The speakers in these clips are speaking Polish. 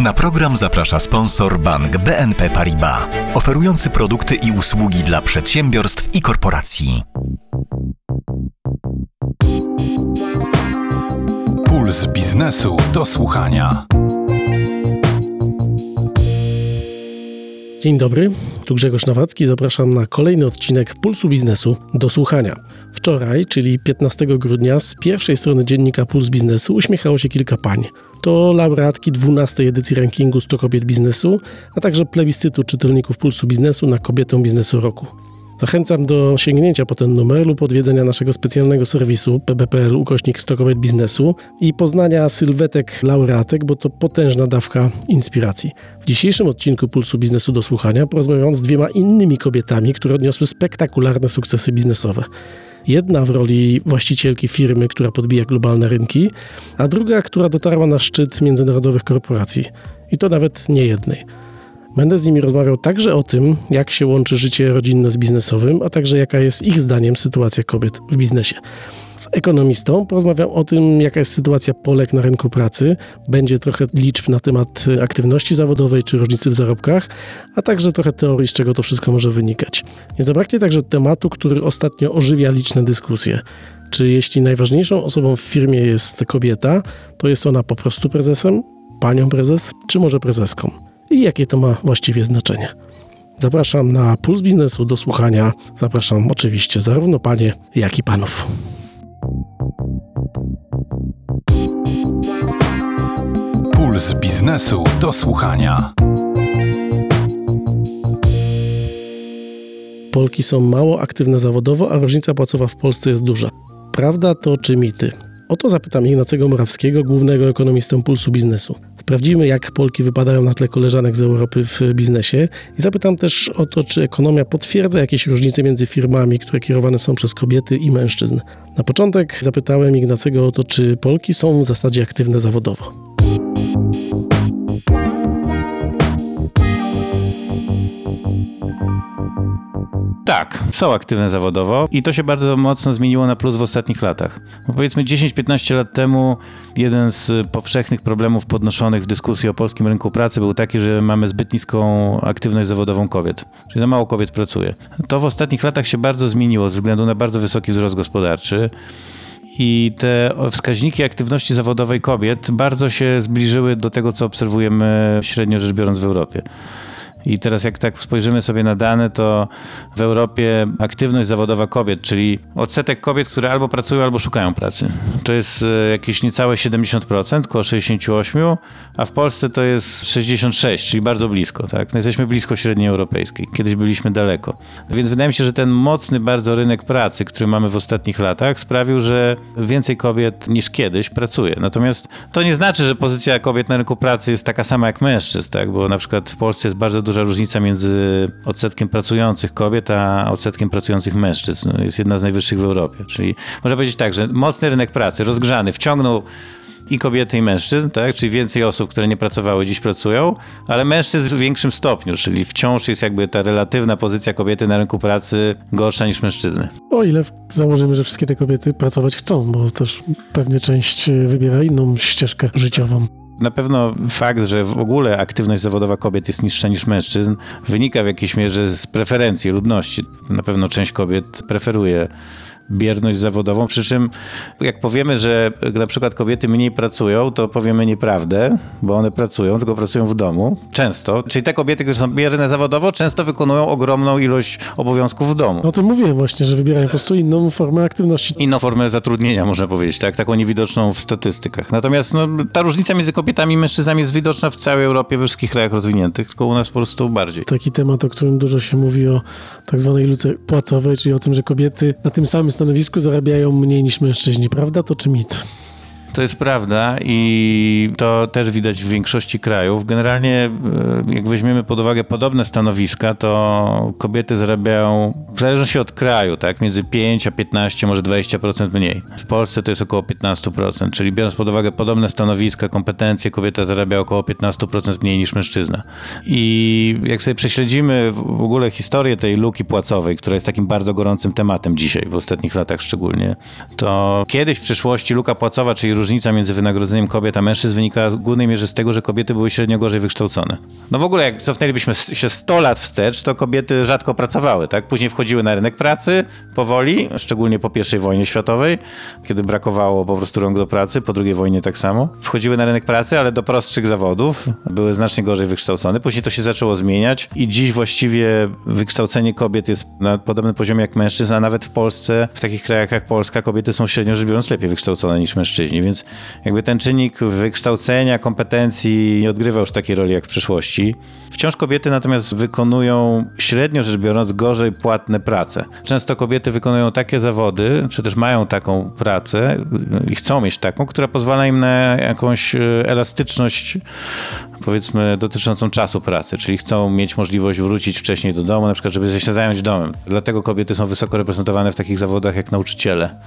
Na program zaprasza sponsor bank BNP Paribas, oferujący produkty i usługi dla przedsiębiorstw i korporacji. Puls biznesu do słuchania. Dzień dobry, tu Grzegorz Nawacki, zapraszam na kolejny odcinek Pulsu Biznesu do słuchania. Wczoraj, czyli 15 grudnia, z pierwszej strony dziennika Puls Biznesu uśmiechało się kilka pań. To laureatki 12. edycji rankingu 100 kobiet biznesu, a także plebiscytu czytelników Pulsu Biznesu na kobietę biznesu roku. Zachęcam do sięgnięcia po ten numer lub odwiedzenia naszego specjalnego serwisu pb.pl/100 kobiet biznesu i poznania sylwetek laureatek, bo to potężna dawka inspiracji. W dzisiejszym odcinku Pulsu Biznesu do słuchania porozmawiam z dwiema innymi kobietami, które odniosły spektakularne sukcesy biznesowe. Jedna w roli właścicielki firmy, która podbija globalne rynki, a druga, która dotarła na szczyt międzynarodowych korporacji. I to nawet nie jednej. Będę z nimi rozmawiał także o tym, jak się łączy życie rodzinne z biznesowym, a także jaka jest ich zdaniem sytuacja kobiet w biznesie. Z ekonomistą porozmawiam o tym, jaka jest sytuacja Polek na rynku pracy. Będzie trochę liczb na temat aktywności zawodowej czy różnicy w zarobkach, a także trochę teorii, z czego to wszystko może wynikać. Nie zabraknie także tematu, który ostatnio ożywia liczne dyskusje. Czy jeśli najważniejszą osobą w firmie jest kobieta, to jest ona po prostu prezesem, panią prezes, czy może prezeską? I jakie to ma właściwie znaczenie. Zapraszam na Puls Biznesu do słuchania. Zapraszam oczywiście zarówno panie, jak i panów. Puls biznesu do słuchania. Polki są mało aktywne zawodowo, a różnica płacowa w Polsce jest duża. Prawda to czy mity? O to zapytam Ignacego Morawskiego, głównego ekonomistę Pulsu Biznesu. Sprawdzimy, jak Polki wypadają na tle koleżanek z Europy w biznesie i zapytam też o to, czy ekonomia potwierdza jakieś różnice między firmami, które kierowane są przez kobiety i mężczyzn. Na początek zapytałem Ignacego o to, czy Polki są w zasadzie aktywne zawodowo. Tak, są aktywne zawodowo i to się bardzo mocno zmieniło na plus w ostatnich latach. Bo powiedzmy 10-15 lat temu jeden z powszechnych problemów podnoszonych w dyskusji o polskim rynku pracy był taki, że mamy zbyt niską aktywność zawodową kobiet, czyli za mało kobiet pracuje. To w ostatnich latach się bardzo zmieniło ze względu na bardzo wysoki wzrost gospodarczy. I te wskaźniki aktywności zawodowej kobiet bardzo się zbliżyły do tego, co obserwujemy średnio rzecz biorąc w Europie. I teraz jak tak spojrzymy sobie na dane, to w Europie aktywność zawodowa kobiet, czyli odsetek kobiet, które albo pracują, albo szukają pracy, to jest jakieś niecałe 70%, około 68%, a w Polsce to jest 66%, czyli bardzo blisko, tak? No jesteśmy blisko średniej europejskiej. Kiedyś byliśmy daleko. Więc wydaje mi się, że ten mocny bardzo rynek pracy, który mamy w ostatnich latach, sprawił, że więcej kobiet niż kiedyś pracuje. Natomiast to nie znaczy, że pozycja kobiet na rynku pracy jest taka sama jak mężczyzn, tak? Bo na przykład w Polsce jest bardzo duża różnica między odsetkiem pracujących kobiet a odsetkiem pracujących mężczyzn. Jest jedna z najwyższych w Europie. Czyli można powiedzieć tak, że mocny rynek pracy, rozgrzany, wciągnął i kobiety, i mężczyzn, tak? Czyli więcej osób, które nie pracowały, dziś pracują, ale mężczyzn w większym stopniu, czyli wciąż jest jakby ta relatywna pozycja kobiety na rynku pracy gorsza niż mężczyzny. O ile założymy, że wszystkie te kobiety pracować chcą, bo też pewnie część wybiera inną ścieżkę życiową. Na pewno fakt, że w ogóle aktywność zawodowa kobiet jest niższa niż mężczyzn, wynika w jakiejś mierze z preferencji ludności. Na pewno część kobiet preferuje bierność zawodową, przy czym jak powiemy, że na przykład kobiety mniej pracują, to powiemy nieprawdę, bo one pracują, tylko pracują w domu, często. Czyli te kobiety, które są bierne zawodowo, często wykonują ogromną ilość obowiązków w domu. No to mówiłem właśnie, że wybierają po prostu inną formę aktywności. Inną formę zatrudnienia, można powiedzieć, tak? Taką niewidoczną w statystykach. Natomiast ta różnica między kobietami i mężczyznami jest widoczna w całej Europie, we wszystkich krajach rozwiniętych, tylko u nas po prostu bardziej. Taki temat, o którym dużo się mówi, o tak zwanej luce płacowej, czyli o tym, że kobiety na tym samym stanowisku zarabiają mniej niż mężczyźni. Prawda to czy mit? To jest prawda i to też widać w większości krajów. Generalnie jak weźmiemy pod uwagę podobne stanowiska, to kobiety zarabiają, w zależności od kraju, tak, między 5 a 15, może 20% mniej. W Polsce to jest około 15%, czyli biorąc pod uwagę podobne stanowiska, kompetencje, kobieta zarabia około 15% mniej niż mężczyzna. I jak sobie prześledzimy w ogóle historię tej luki płacowej, która jest takim bardzo gorącym tematem dzisiaj, w ostatnich latach szczególnie, to kiedyś w przeszłości luka płacowa, czyli różnica między wynagrodzeniem kobiet a mężczyzn wynika w głównej mierze z tego, że kobiety były średnio gorzej wykształcone. No w ogóle jak cofnęlibyśmy się 100 lat wstecz, to kobiety rzadko pracowały, tak? Później wchodziły na rynek pracy powoli, szczególnie po I wojnie światowej, kiedy brakowało po prostu rąk do pracy, po II wojnie tak samo. Wchodziły na rynek pracy, ale do prostszych zawodów, były znacznie gorzej wykształcone. Później to się zaczęło zmieniać i dziś właściwie wykształcenie kobiet jest na podobnym poziomie jak mężczyzn, a nawet w Polsce, w takich krajach jak Polska, kobiety są średnio rzecz biorąc lepiej wykształcone niż mężczyźni, więc jakby ten czynnik wykształcenia, kompetencji nie odgrywa już takiej roli jak w przeszłości. Wciąż kobiety natomiast wykonują średnio rzecz biorąc gorzej płatne prace. Często kobiety wykonują takie zawody, czy też mają taką pracę i chcą mieć taką, która pozwala im na jakąś elastyczność, powiedzmy, dotyczącą czasu pracy, czyli chcą mieć możliwość wrócić wcześniej do domu, na przykład, żeby się zająć domem. Dlatego kobiety są wysoko reprezentowane w takich zawodach jak nauczyciele.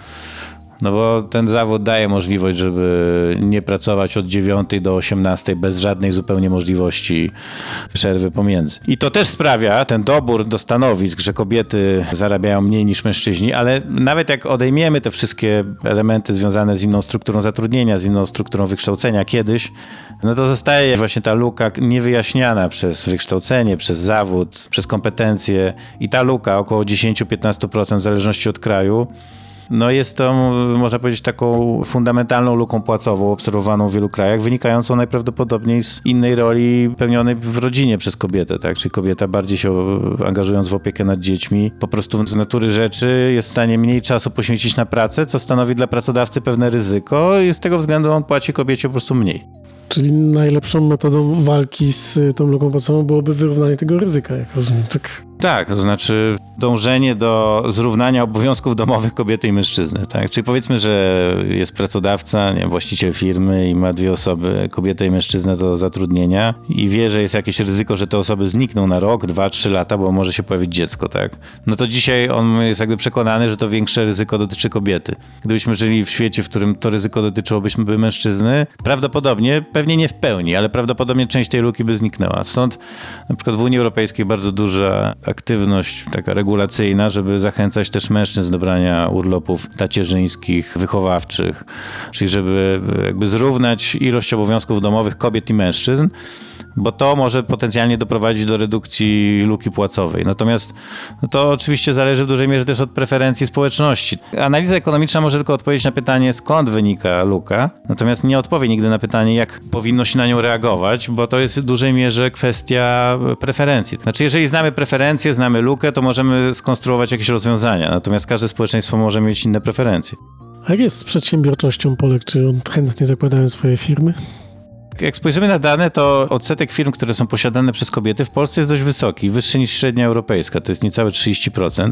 No bo ten zawód daje możliwość, żeby nie pracować od 9 do 18 bez żadnej zupełnie możliwości przerwy pomiędzy. I to też sprawia, ten dobór do stanowisk, że kobiety zarabiają mniej niż mężczyźni, ale nawet jak odejmiemy te wszystkie elementy związane z inną strukturą zatrudnienia, z inną strukturą wykształcenia kiedyś, no to zostaje właśnie ta luka niewyjaśniana przez wykształcenie, przez zawód, przez kompetencje i ta luka około 10-15% w zależności od kraju. No jest to, można powiedzieć, taką fundamentalną luką płacową obserwowaną w wielu krajach, wynikającą najprawdopodobniej z innej roli pełnionej w rodzinie przez kobietę, tak? Czyli kobieta bardziej się angażując w opiekę nad dziećmi, po prostu z natury rzeczy jest w stanie mniej czasu poświęcić na pracę, co stanowi dla pracodawcy pewne ryzyko i z tego względu on płaci kobiecie po prostu mniej. Czyli najlepszą metodą walki z tą luką płacową byłoby wyrównanie tego ryzyka, jak rozumiem. Tak, to znaczy dążenie do zrównania obowiązków domowych kobiety i mężczyzny, tak? Czyli powiedzmy, że jest pracodawca, nie wiem, właściciel firmy i ma dwie osoby, kobietę i mężczyznę do zatrudnienia i wie, że jest jakieś ryzyko, że te osoby znikną na rok, 2, 3 lata, bo może się pojawić dziecko, tak? No to dzisiaj on jest jakby przekonany, że to większe ryzyko dotyczy kobiety. Gdybyśmy żyli w świecie, w którym to ryzyko dotyczyłoby mężczyzny, prawdopodobnie, pewnie nie w pełni, ale prawdopodobnie część tej luki by zniknęła. Stąd na przykład w Unii Europejskiej bardzo duża aktywność taka regulacyjna, żeby zachęcać też mężczyzn do brania urlopów tacierzyńskich, wychowawczych, czyli żeby jakby zrównać ilość obowiązków domowych kobiet i mężczyzn, bo to może potencjalnie doprowadzić do redukcji luki płacowej. Natomiast no to oczywiście zależy w dużej mierze też od preferencji społeczności. Analiza ekonomiczna może tylko odpowiedzieć na pytanie, skąd wynika luka, natomiast nie odpowie nigdy na pytanie, jak powinno się na nią reagować, bo to jest w dużej mierze kwestia preferencji. Znaczy, jeżeli znamy preferencje, znamy lukę, to możemy skonstruować jakieś rozwiązania, natomiast każde społeczeństwo może mieć inne preferencje. A jak jest z przedsiębiorczością Polek? Czy chętnie zakładają swoje firmy? Jak spojrzymy na dane, to odsetek firm, które są posiadane przez kobiety w Polsce jest dość wysoki, wyższy niż średnia europejska, to jest niecałe 30%.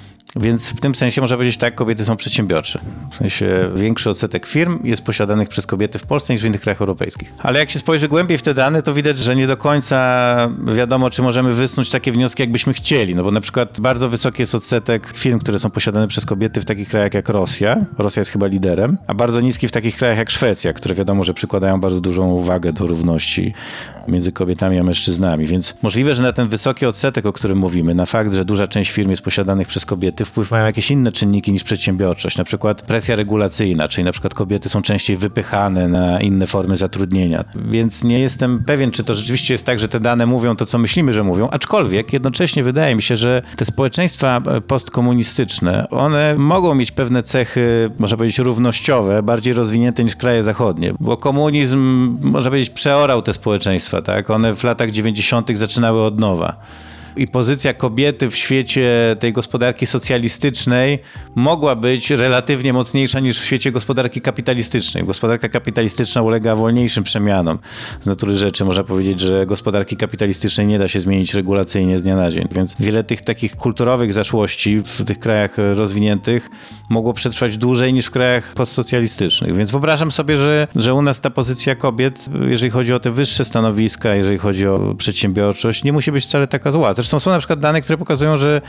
Więc w tym sensie można powiedzieć tak, kobiety są przedsiębiorcze. W sensie większy odsetek firm jest posiadanych przez kobiety w Polsce niż w innych krajach europejskich. Ale jak się spojrzy głębiej w te dane, to widać, że nie do końca wiadomo, czy możemy wysnuć takie wnioski, jakbyśmy chcieli. No bo na przykład bardzo wysoki jest odsetek firm, które są posiadane przez kobiety w takich krajach jak Rosja. Rosja jest chyba liderem. A bardzo niski w takich krajach jak Szwecja, które wiadomo, że przykładają bardzo dużą uwagę do równości między kobietami a mężczyznami. Więc możliwe, że na ten wysoki odsetek, o którym mówimy, na fakt, że duża część firm jest posiadanych przez kobiety, wpływ mają jakieś inne czynniki niż przedsiębiorczość, na przykład presja regulacyjna, czyli na przykład kobiety są częściej wypychane na inne formy zatrudnienia. Więc nie jestem pewien, czy to rzeczywiście jest tak, że te dane mówią to, co myślimy, że mówią, aczkolwiek jednocześnie wydaje mi się, że te społeczeństwa postkomunistyczne, one mogą mieć pewne cechy, można powiedzieć, równościowe, bardziej rozwinięte niż kraje zachodnie, bo komunizm, można powiedzieć, przeorał te społeczeństwa, tak? One w latach 90. zaczynały od nowa. I pozycja kobiety w świecie tej gospodarki socjalistycznej mogła być relatywnie mocniejsza niż w świecie gospodarki kapitalistycznej. Gospodarka kapitalistyczna ulega wolniejszym przemianom. Z natury rzeczy można powiedzieć, że gospodarki kapitalistycznej nie da się zmienić regulacyjnie z dnia na dzień. Więc wiele tych takich kulturowych zaszłości w tych krajach rozwiniętych mogło przetrwać dłużej niż w krajach postsocjalistycznych. Więc wyobrażam sobie, że u nas ta pozycja kobiet, jeżeli chodzi o te wyższe stanowiska, jeżeli chodzi o przedsiębiorczość, nie musi być wcale taka zła. Zresztą są na przykład dane, które pokazują, że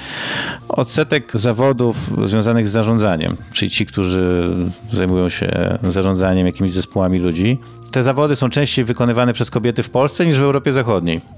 odsetek zawodów związanych z zarządzaniem, czyli ci, którzy zajmują się zarządzaniem jakimiś zespołami ludzi, te zawody są częściej wykonywane przez kobiety w Polsce niż w Europie Zachodniej.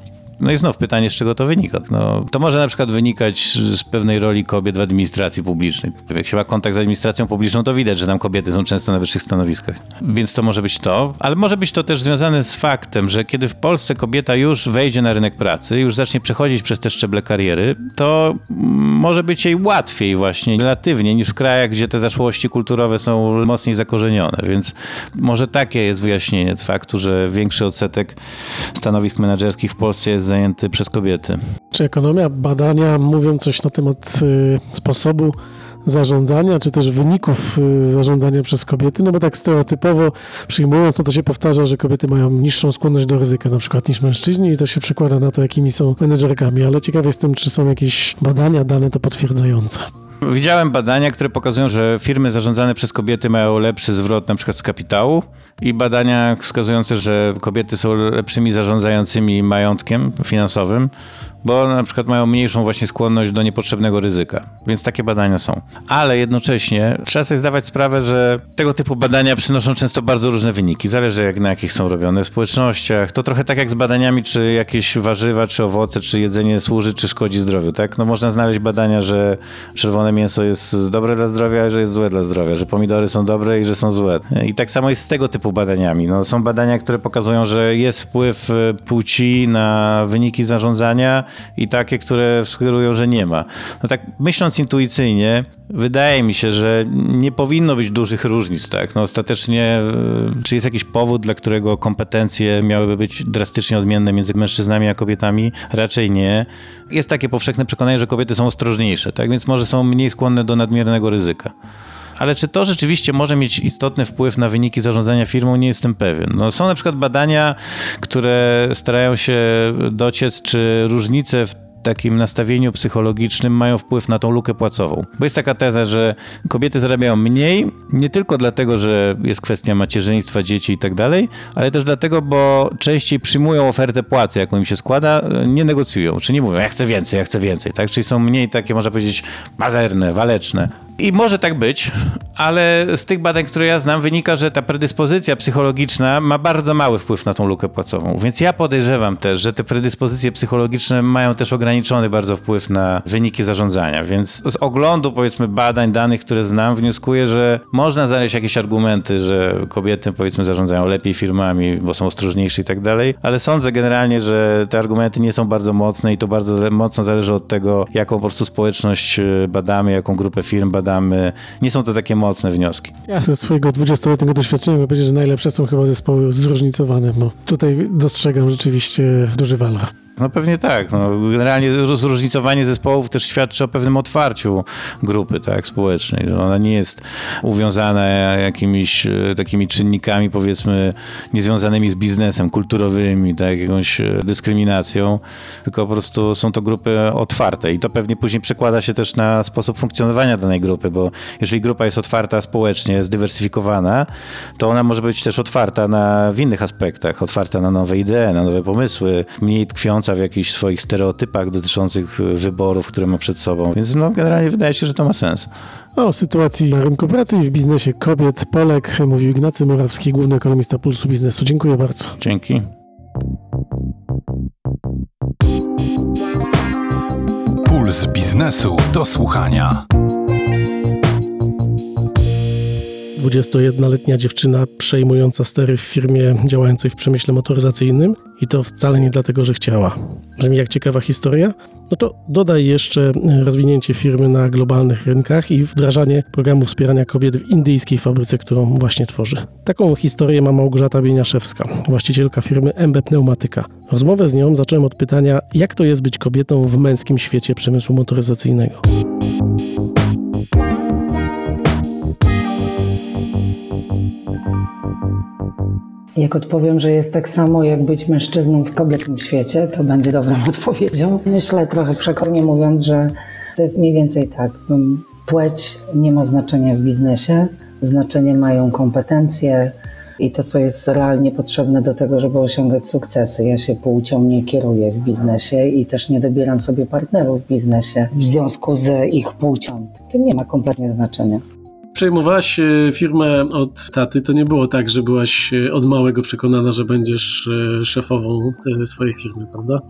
No i znów pytanie, z czego to wynika. No, to może na przykład wynikać z pewnej roli kobiet w administracji publicznej. Jak się ma kontakt z administracją publiczną, to widać, że tam kobiety są często na wyższych stanowiskach. Więc to może być to, ale może być to też związane z faktem, że kiedy w Polsce kobieta już wejdzie na rynek pracy, już zacznie przechodzić przez te szczeble kariery, to może być jej łatwiej właśnie relatywnie niż w krajach, gdzie te zaszłości kulturowe są mocniej zakorzenione. Więc może takie jest wyjaśnienie faktu, że większy odsetek stanowisk menedżerskich w Polsce jest zajęty przez kobiety. Czy ekonomia, badania mówią coś na temat sposobu zarządzania, czy też wyników zarządzania przez kobiety? No bo tak stereotypowo przyjmując, no to się powtarza, że kobiety mają niższą skłonność do ryzyka na przykład niż mężczyźni i to się przekłada na to, jakimi są menedżerkami. Ale ciekaw jestem, czy są jakieś badania, dane to potwierdzające. Widziałem badania, które pokazują, że firmy zarządzane przez kobiety mają lepszy zwrot na przykład z kapitału i badania wskazujące, że kobiety są lepszymi zarządzającymi majątkiem finansowym, bo na przykład mają mniejszą właśnie skłonność do niepotrzebnego ryzyka. Więc takie badania są. Ale jednocześnie trzeba sobie zdawać sprawę, że tego typu badania przynoszą często bardzo różne wyniki. Zależy na jakich są robione w społecznościach. To trochę tak jak z badaniami, czy jakieś warzywa, czy owoce, czy jedzenie służy, czy szkodzi zdrowiu, tak? No można znaleźć badania, że czerwone mięso jest dobre dla zdrowia, że jest złe dla zdrowia, że pomidory są dobre i że są złe. I tak samo jest z tego typu badaniami. No, są badania, które pokazują, że jest wpływ płci na wyniki zarządzania i takie, które sugerują, że nie ma. No tak myśląc intuicyjnie, wydaje mi się, że nie powinno być dużych różnic, tak? No ostatecznie, czy jest jakiś powód, dla którego kompetencje miałyby być drastycznie odmienne między mężczyznami a kobietami? Raczej nie. Jest takie powszechne przekonanie, że kobiety są ostrożniejsze, tak? Więc może są mniej skłonne do nadmiernego ryzyka. Ale czy to rzeczywiście może mieć istotny wpływ na wyniki zarządzania firmą, nie jestem pewien. No, są na przykład badania, które starają się dociec, czy różnice w takim nastawieniu psychologicznym mają wpływ na tą lukę płacową. Bo jest taka teza, że kobiety zarabiają mniej, nie tylko dlatego, że jest kwestia macierzyństwa, dzieci i tak dalej, ale też dlatego, bo częściej przyjmują ofertę płacy, jaką im się składa, nie negocjują, czy nie mówią, ja chcę więcej, tak? Czyli są mniej takie, można powiedzieć, pazerne, waleczne. I może tak być, ale z tych badań, które ja znam, wynika, że ta predyspozycja psychologiczna ma bardzo mały wpływ na tą lukę płacową. Więc ja podejrzewam też, że te predyspozycje psychologiczne mają też ograniczony bardzo wpływ na wyniki zarządzania. Więc z oglądu, powiedzmy, badań, danych, które znam, wnioskuję, że można znaleźć jakieś argumenty, że kobiety, powiedzmy, zarządzają lepiej firmami, bo są ostrożniejsze i tak dalej, ale sądzę generalnie, że te argumenty nie są bardzo mocne i to bardzo mocno zależy od tego, jaką po prostu społeczność badamy, jaką grupę firm badamy. Nie są to takie mocne wnioski. Ja ze swojego 20-letniego doświadczenia mogę powiedzieć, że najlepsze są chyba zespoły zróżnicowane, bo tutaj dostrzegam rzeczywiście duży walor. No pewnie tak. No, generalnie zróżnicowanie zespołów też świadczy o pewnym otwarciu grupy, tak, społecznej. Ona nie jest uwiązana jakimiś takimi czynnikami, powiedzmy, niezwiązanymi z biznesem, kulturowymi, tak, jakąś dyskryminacją, tylko po prostu są to grupy otwarte i to pewnie później przekłada się też na sposób funkcjonowania danej grupy, bo jeżeli grupa jest otwarta społecznie, zdywersyfikowana, to ona może być też otwarta w innych aspektach, otwarta na nowe idee, na nowe pomysły, mniej tkwiąca w jakichś swoich stereotypach dotyczących wyborów, które ma przed sobą. Więc no, generalnie wydaje się, że to ma sens. O sytuacji na rynku pracy i w biznesie kobiet, Polek, mówił Ignacy Morawski, główny ekonomista Pulsu Biznesu. Dziękuję bardzo. Dzięki. Puls biznesu do słuchania. 21-letnia dziewczyna przejmująca stery w firmie działającej w przemyśle motoryzacyjnym i to wcale nie dlatego, że chciała. Brzmi jak ciekawa historia? No to dodaj jeszcze rozwinięcie firmy na globalnych rynkach i wdrażanie programu wspierania kobiet w indyjskiej fabryce, którą właśnie tworzy. Taką historię ma Małgorzata Bieniaszewska, właścicielka firmy MB Pneumatyka. Rozmowę z nią zacząłem od pytania, jak to jest być kobietą w męskim świecie przemysłu motoryzacyjnego. Jak odpowiem, że jest tak samo jak być mężczyzną w kobiecym świecie, to będzie dobrą odpowiedzią. Myślę trochę przekornie mówiąc, że to jest mniej więcej tak. Płeć nie ma znaczenia w biznesie, znaczenie mają kompetencje i to, co jest realnie potrzebne do tego, żeby osiągać sukcesy. Ja się płcią nie kieruję w biznesie i też nie dobieram sobie partnerów w biznesie w związku z ich płcią. To nie ma kompletnie znaczenia. Przejmowałaś firmę od taty, to nie było tak, że byłaś od małego przekonana, że będziesz szefową swojej firmy, prawda?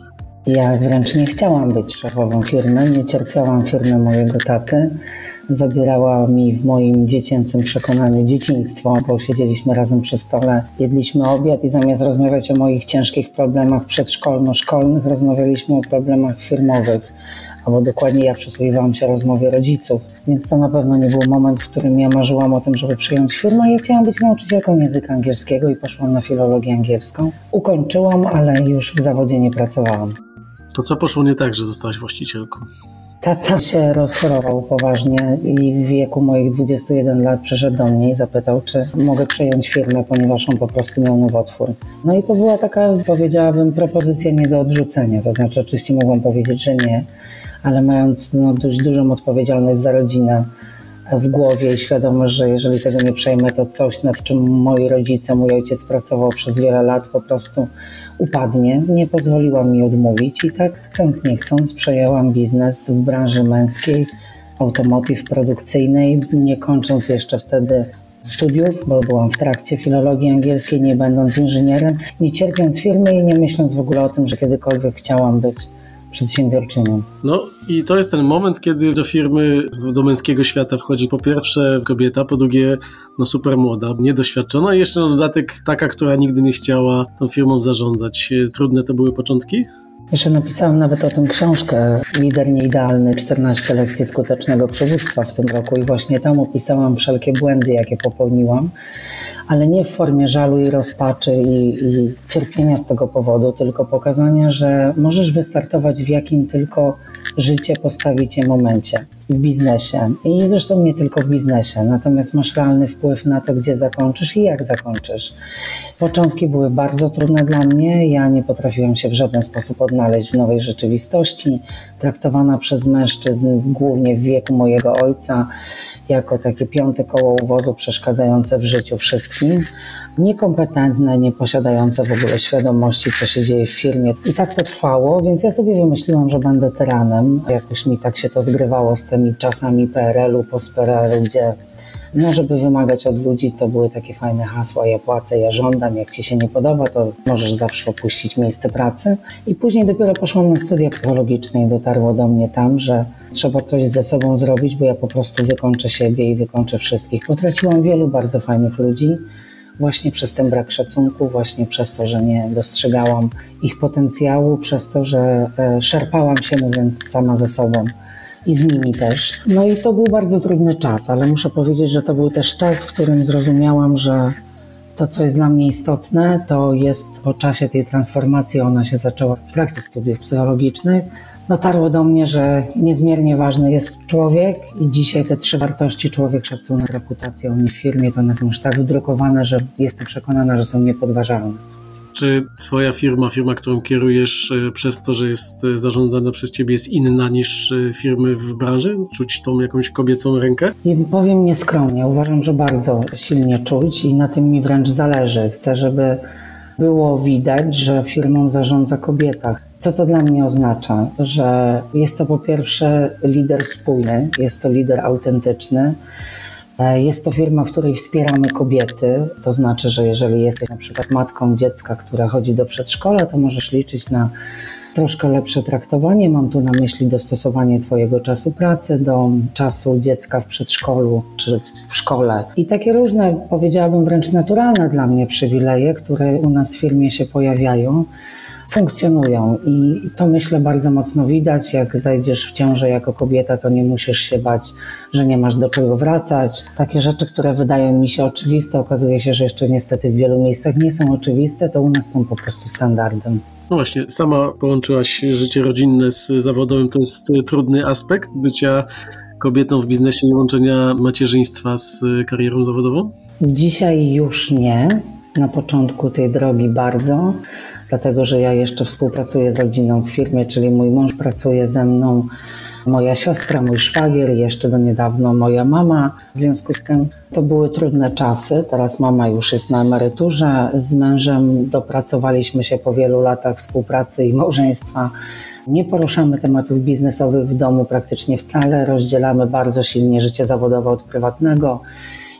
Ja wręcz nie chciałam być szefową firmy, nie cierpiałam firmy mojego taty. Zabierała mi w moim dziecięcym przekonaniu dzieciństwo, bo siedzieliśmy razem przy stole, jedliśmy obiad i zamiast rozmawiać o moich ciężkich problemach przedszkolno-szkolnych, rozmawialiśmy o problemach firmowych. Albo dokładnie ja przysłuchiwałam się rozmowie rodziców, więc to na pewno nie był moment, w którym ja marzyłam o tym, żeby przyjąć firmę. Ja chciałam być nauczycielką języka angielskiego i poszłam na filologię angielską. Ukończyłam, ale już w zawodzie nie pracowałam. To co poszło nie tak, że zostałaś właścicielką? Tata się rozchorował poważnie i w wieku moich 21 lat przyszedł do mnie i zapytał, czy mogę przejąć firmę, ponieważ on po prostu miał nowotwór. No i to była taka, powiedziałabym, propozycja nie do odrzucenia. To znaczy, oczywiście mogłam powiedzieć, że nie, ale mając dość dużą odpowiedzialność za rodzinę w głowie i świadomość, że jeżeli tego nie przejmę, to coś, nad czym moi rodzice, mój ojciec pracował przez wiele lat, po prostu upadnie. Nie pozwoliłam mi odmówić i tak chcąc nie chcąc przejęłam biznes w branży męskiej, automotive produkcyjnej, nie kończąc jeszcze wtedy studiów, bo byłam w trakcie filologii angielskiej, nie będąc inżynierem, nie cierpiąc firmy i nie myśląc w ogóle o tym, że kiedykolwiek chciałam być przedsiębiorczynią. No i to jest ten moment, kiedy do firmy, do męskiego świata wchodzi po pierwsze kobieta, po drugie super młoda, niedoświadczona i jeszcze na dodatek taka, która nigdy nie chciała tą firmą zarządzać. Trudne to były początki? Jeszcze napisałam nawet o tym książkę Lider nieidealny, 14 lekcji skutecznego przywództwa w tym roku i właśnie tam opisałam wszelkie błędy, jakie popełniłam, ale nie w formie żalu i rozpaczy i cierpienia z tego powodu, tylko pokazania, że możesz wystartować w jakim tylko życie postawicie momencie w biznesie i zresztą nie tylko w biznesie, natomiast masz realny wpływ na to, gdzie zakończysz i jak zakończysz. Początki były bardzo trudne dla mnie, ja nie potrafiłam się w żaden sposób odnaleźć w nowej rzeczywistości, traktowana przez mężczyzn, głównie w wieku mojego ojca, jako takie piąte koło u wozu przeszkadzające w życiu wszystkim, niekompetentne, nie posiadające w ogóle świadomości, co się dzieje w firmie. I tak to trwało, więc ja sobie wymyśliłam, że będę tyranem. Jakoś mi tak się to zgrywało z tymi czasami PRL-u, post-PRL-u, gdzie żeby wymagać od ludzi, to były takie fajne hasła, ja płacę, ja żądam, jak ci się nie podoba, to możesz zawsze opuścić miejsce pracy. I później dopiero poszłam na studia psychologiczne i dotarło do mnie tam, że trzeba coś ze sobą zrobić, bo ja po prostu wykończę siebie i wykończę wszystkich. Potraciłam wielu bardzo fajnych ludzi właśnie przez ten brak szacunku, właśnie przez to, że nie dostrzegałam ich potencjału, przez to, że szarpałam się, mówiąc sama ze sobą. I z nimi też. No i to był bardzo trudny czas, ale muszę powiedzieć, że to był też czas, w którym zrozumiałam, że to, co jest dla mnie istotne, to jest po czasie tej transformacji, ona się zaczęła w trakcie studiów psychologicznych, dotarło do mnie, że niezmiernie ważny jest człowiek i dzisiaj te 3 wartości, człowiek, szacunek, reputacja u mnie w firmie, to one są już tak wydrukowane, że jestem przekonana, że są niepodważalne. Czy twoja firma, którą kierujesz, przez to, że jest zarządzana przez ciebie, jest inna niż firmy w branży? Czuć tą jakąś kobiecą rękę? I powiem nieskromnie, uważam, że bardzo silnie czuć i na tym mi wręcz zależy. Chcę, żeby było widać, że firmą zarządza kobieta. Co to dla mnie oznacza? Że jest to po pierwsze lider spójny, jest to lider autentyczny. Jest to firma, w której wspieramy kobiety, to znaczy, że jeżeli jesteś na przykład matką dziecka, które chodzi do przedszkola, to możesz liczyć na troszkę lepsze traktowanie. Mam tu na myśli dostosowanie twojego czasu pracy do czasu dziecka w przedszkolu czy w szkole. I takie różne, powiedziałabym wręcz naturalne dla mnie przywileje, które u nas w firmie się pojawiają, funkcjonują i to myślę bardzo mocno widać. Jak zajdziesz w ciążę jako kobieta, to nie musisz się bać, że nie masz do czego wracać. Takie rzeczy, które wydają mi się oczywiste, okazuje się, że jeszcze niestety w wielu miejscach nie są oczywiste, to u nas są po prostu standardem. No właśnie, sama połączyłaś życie rodzinne z zawodowym, to jest trudny aspekt bycia kobietą w biznesie i łączenia macierzyństwa z karierą zawodową? Dzisiaj już nie, na początku tej drogi bardzo, dlatego że ja jeszcze współpracuję z rodziną w firmie, czyli mój mąż pracuje ze mną, moja siostra, mój szwagier i jeszcze do niedawno moja mama. W związku z tym to były trudne czasy. Teraz mama już jest na emeryturze. Z mężem dopracowaliśmy się po wielu latach współpracy i małżeństwa. Nie poruszamy tematów biznesowych w domu praktycznie wcale. Rozdzielamy bardzo silnie życie zawodowe od prywatnego.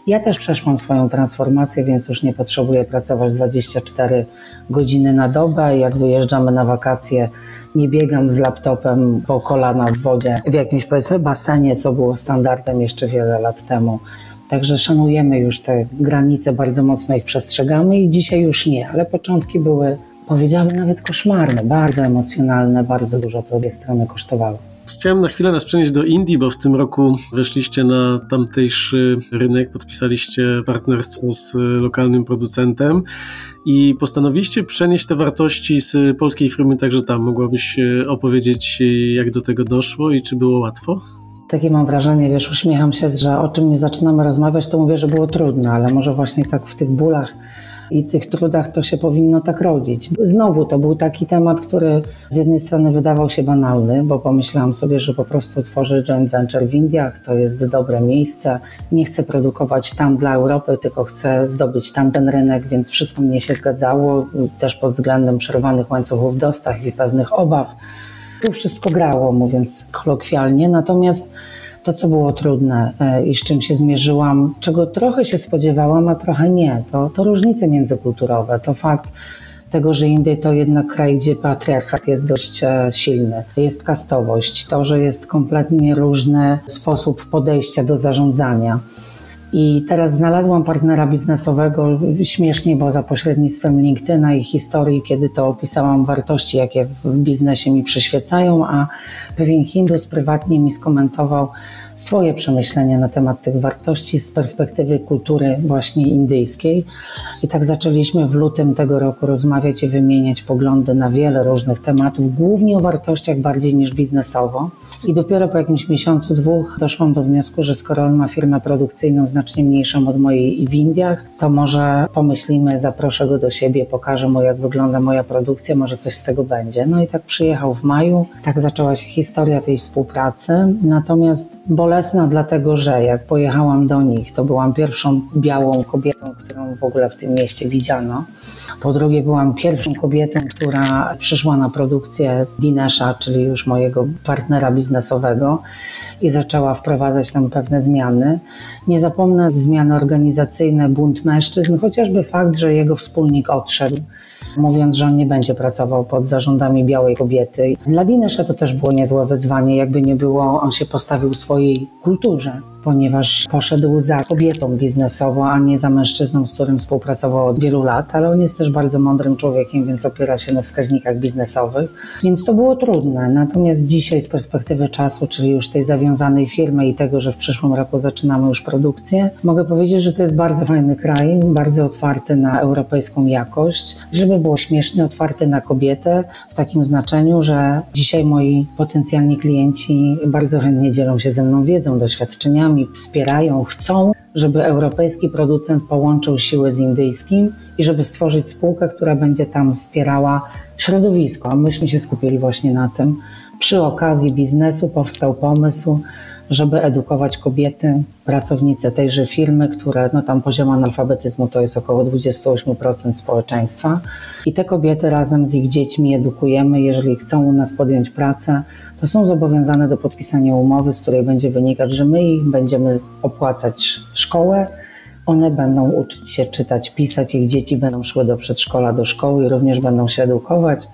Ja też przeszłam swoją transformację, więc już nie potrzebuję pracować 24 godziny na dobę. Jak wyjeżdżamy na wakacje, nie biegam z laptopem po kolana w wodzie w jakimś, powiedzmy, basenie, co było standardem jeszcze wiele lat temu. Także szanujemy już te granice, bardzo mocno ich przestrzegamy i dzisiaj już nie, ale początki były, powiedziałabym, nawet koszmarne, bardzo emocjonalne, bardzo dużo to obie strony kosztowało. Chciałem na chwilę nas przenieść do Indii, bo w tym roku weszliście na tamtejszy rynek, podpisaliście partnerstwo z lokalnym producentem i postanowiliście przenieść te wartości z polskiej firmy także tam. Mogłabyś opowiedzieć, jak do tego doszło i czy było łatwo? Takie mam wrażenie, wiesz, uśmiecham się, że o czym nie zaczynamy rozmawiać, to mówię, że było trudno, ale może właśnie tak w tych bólach i tych trudach to się powinno tak rodzić. Znowu to był taki temat, który z jednej strony wydawał się banalny, bo pomyślałam sobie, że po prostu tworzę joint venture w Indiach, to jest dobre miejsce, nie chcę produkować tam dla Europy, tylko chcę zdobyć tamten rynek, więc wszystko mnie się zgadzało, też pod względem przerwanych łańcuchów dostaw i pewnych obaw. Tu wszystko grało, mówiąc kolokwialnie, natomiast to, co było trudne i z czym się zmierzyłam, czego trochę się spodziewałam, a trochę nie, to różnice międzykulturowe, to fakt tego, że Indie to jednak kraj, gdzie patriarchat jest dość silny, jest kastowość, to, że jest kompletnie różny sposób podejścia do zarządzania. I teraz znalazłam partnera biznesowego, śmiesznie, bo za pośrednictwem LinkedIna i historii, kiedy to opisałam wartości, jakie w biznesie mi przyświecają, a pewien Hindus prywatnie mi skomentował swoje przemyślenia na temat tych wartości z perspektywy kultury właśnie indyjskiej. I tak zaczęliśmy w lutym tego roku rozmawiać i wymieniać poglądy na wiele różnych tematów, głównie o wartościach bardziej niż biznesowo. I dopiero po jakimś miesiącu, dwóch doszłam do wniosku, że skoro on ma firmę produkcyjną znacznie mniejszą od mojej w Indiach, to może pomyślimy, zaproszę go do siebie, pokażę mu, jak wygląda moja produkcja, może coś z tego będzie. No i tak przyjechał w maju, tak zaczęła się historia tej współpracy. Natomiast bolesna, dlatego że jak pojechałam do nich, to byłam pierwszą białą kobietą, którą w ogóle w tym mieście widziano. Po drugie, byłam pierwszą kobietą, która przyszła na produkcję Dinesha, czyli już mojego partnera biznesowego i zaczęła wprowadzać tam pewne zmiany. Nie zapomnę, zmiany organizacyjne, bunt mężczyzn, chociażby fakt, że jego wspólnik odszedł, mówiąc, że on nie będzie pracował pod zarządami białej kobiety. Dla Dinesha to też było niezłe wyzwanie, jakby nie było, on się postawił swojej kulturze, ponieważ poszedł za kobietą biznesowo, a nie za mężczyzną, z którym współpracował od wielu lat, ale on jest też bardzo mądrym człowiekiem, więc opiera się na wskaźnikach biznesowych, więc to było trudne. Natomiast dzisiaj z perspektywy czasu, czyli już tej zawiązanej firmy i tego, że w przyszłym roku zaczynamy już produkcję, mogę powiedzieć, że to jest bardzo fajny kraj, bardzo otwarty na europejską jakość, żeby było śmiesznie, otwarty na kobietę w takim znaczeniu, że dzisiaj moi potencjalni klienci bardzo chętnie dzielą się ze mną wiedzą, doświadczeniami, wspierają, chcą, żeby europejski producent połączył siły z indyjskim i żeby stworzyć spółkę, która będzie tam wspierała środowisko. A myśmy się skupili właśnie na tym. Przy okazji biznesu powstał pomysł, żeby edukować kobiety, pracownice tejże firmy, które tam poziom analfabetyzmu to jest około 28% społeczeństwa. I te kobiety razem z ich dziećmi edukujemy. Jeżeli chcą u nas podjąć pracę, to są zobowiązane do podpisania umowy, z której będzie wynikać, że my ich będziemy opłacać szkołę, one będą uczyć się czytać, pisać, ich dzieci będą szły do przedszkola, do szkoły i również będą się edukować.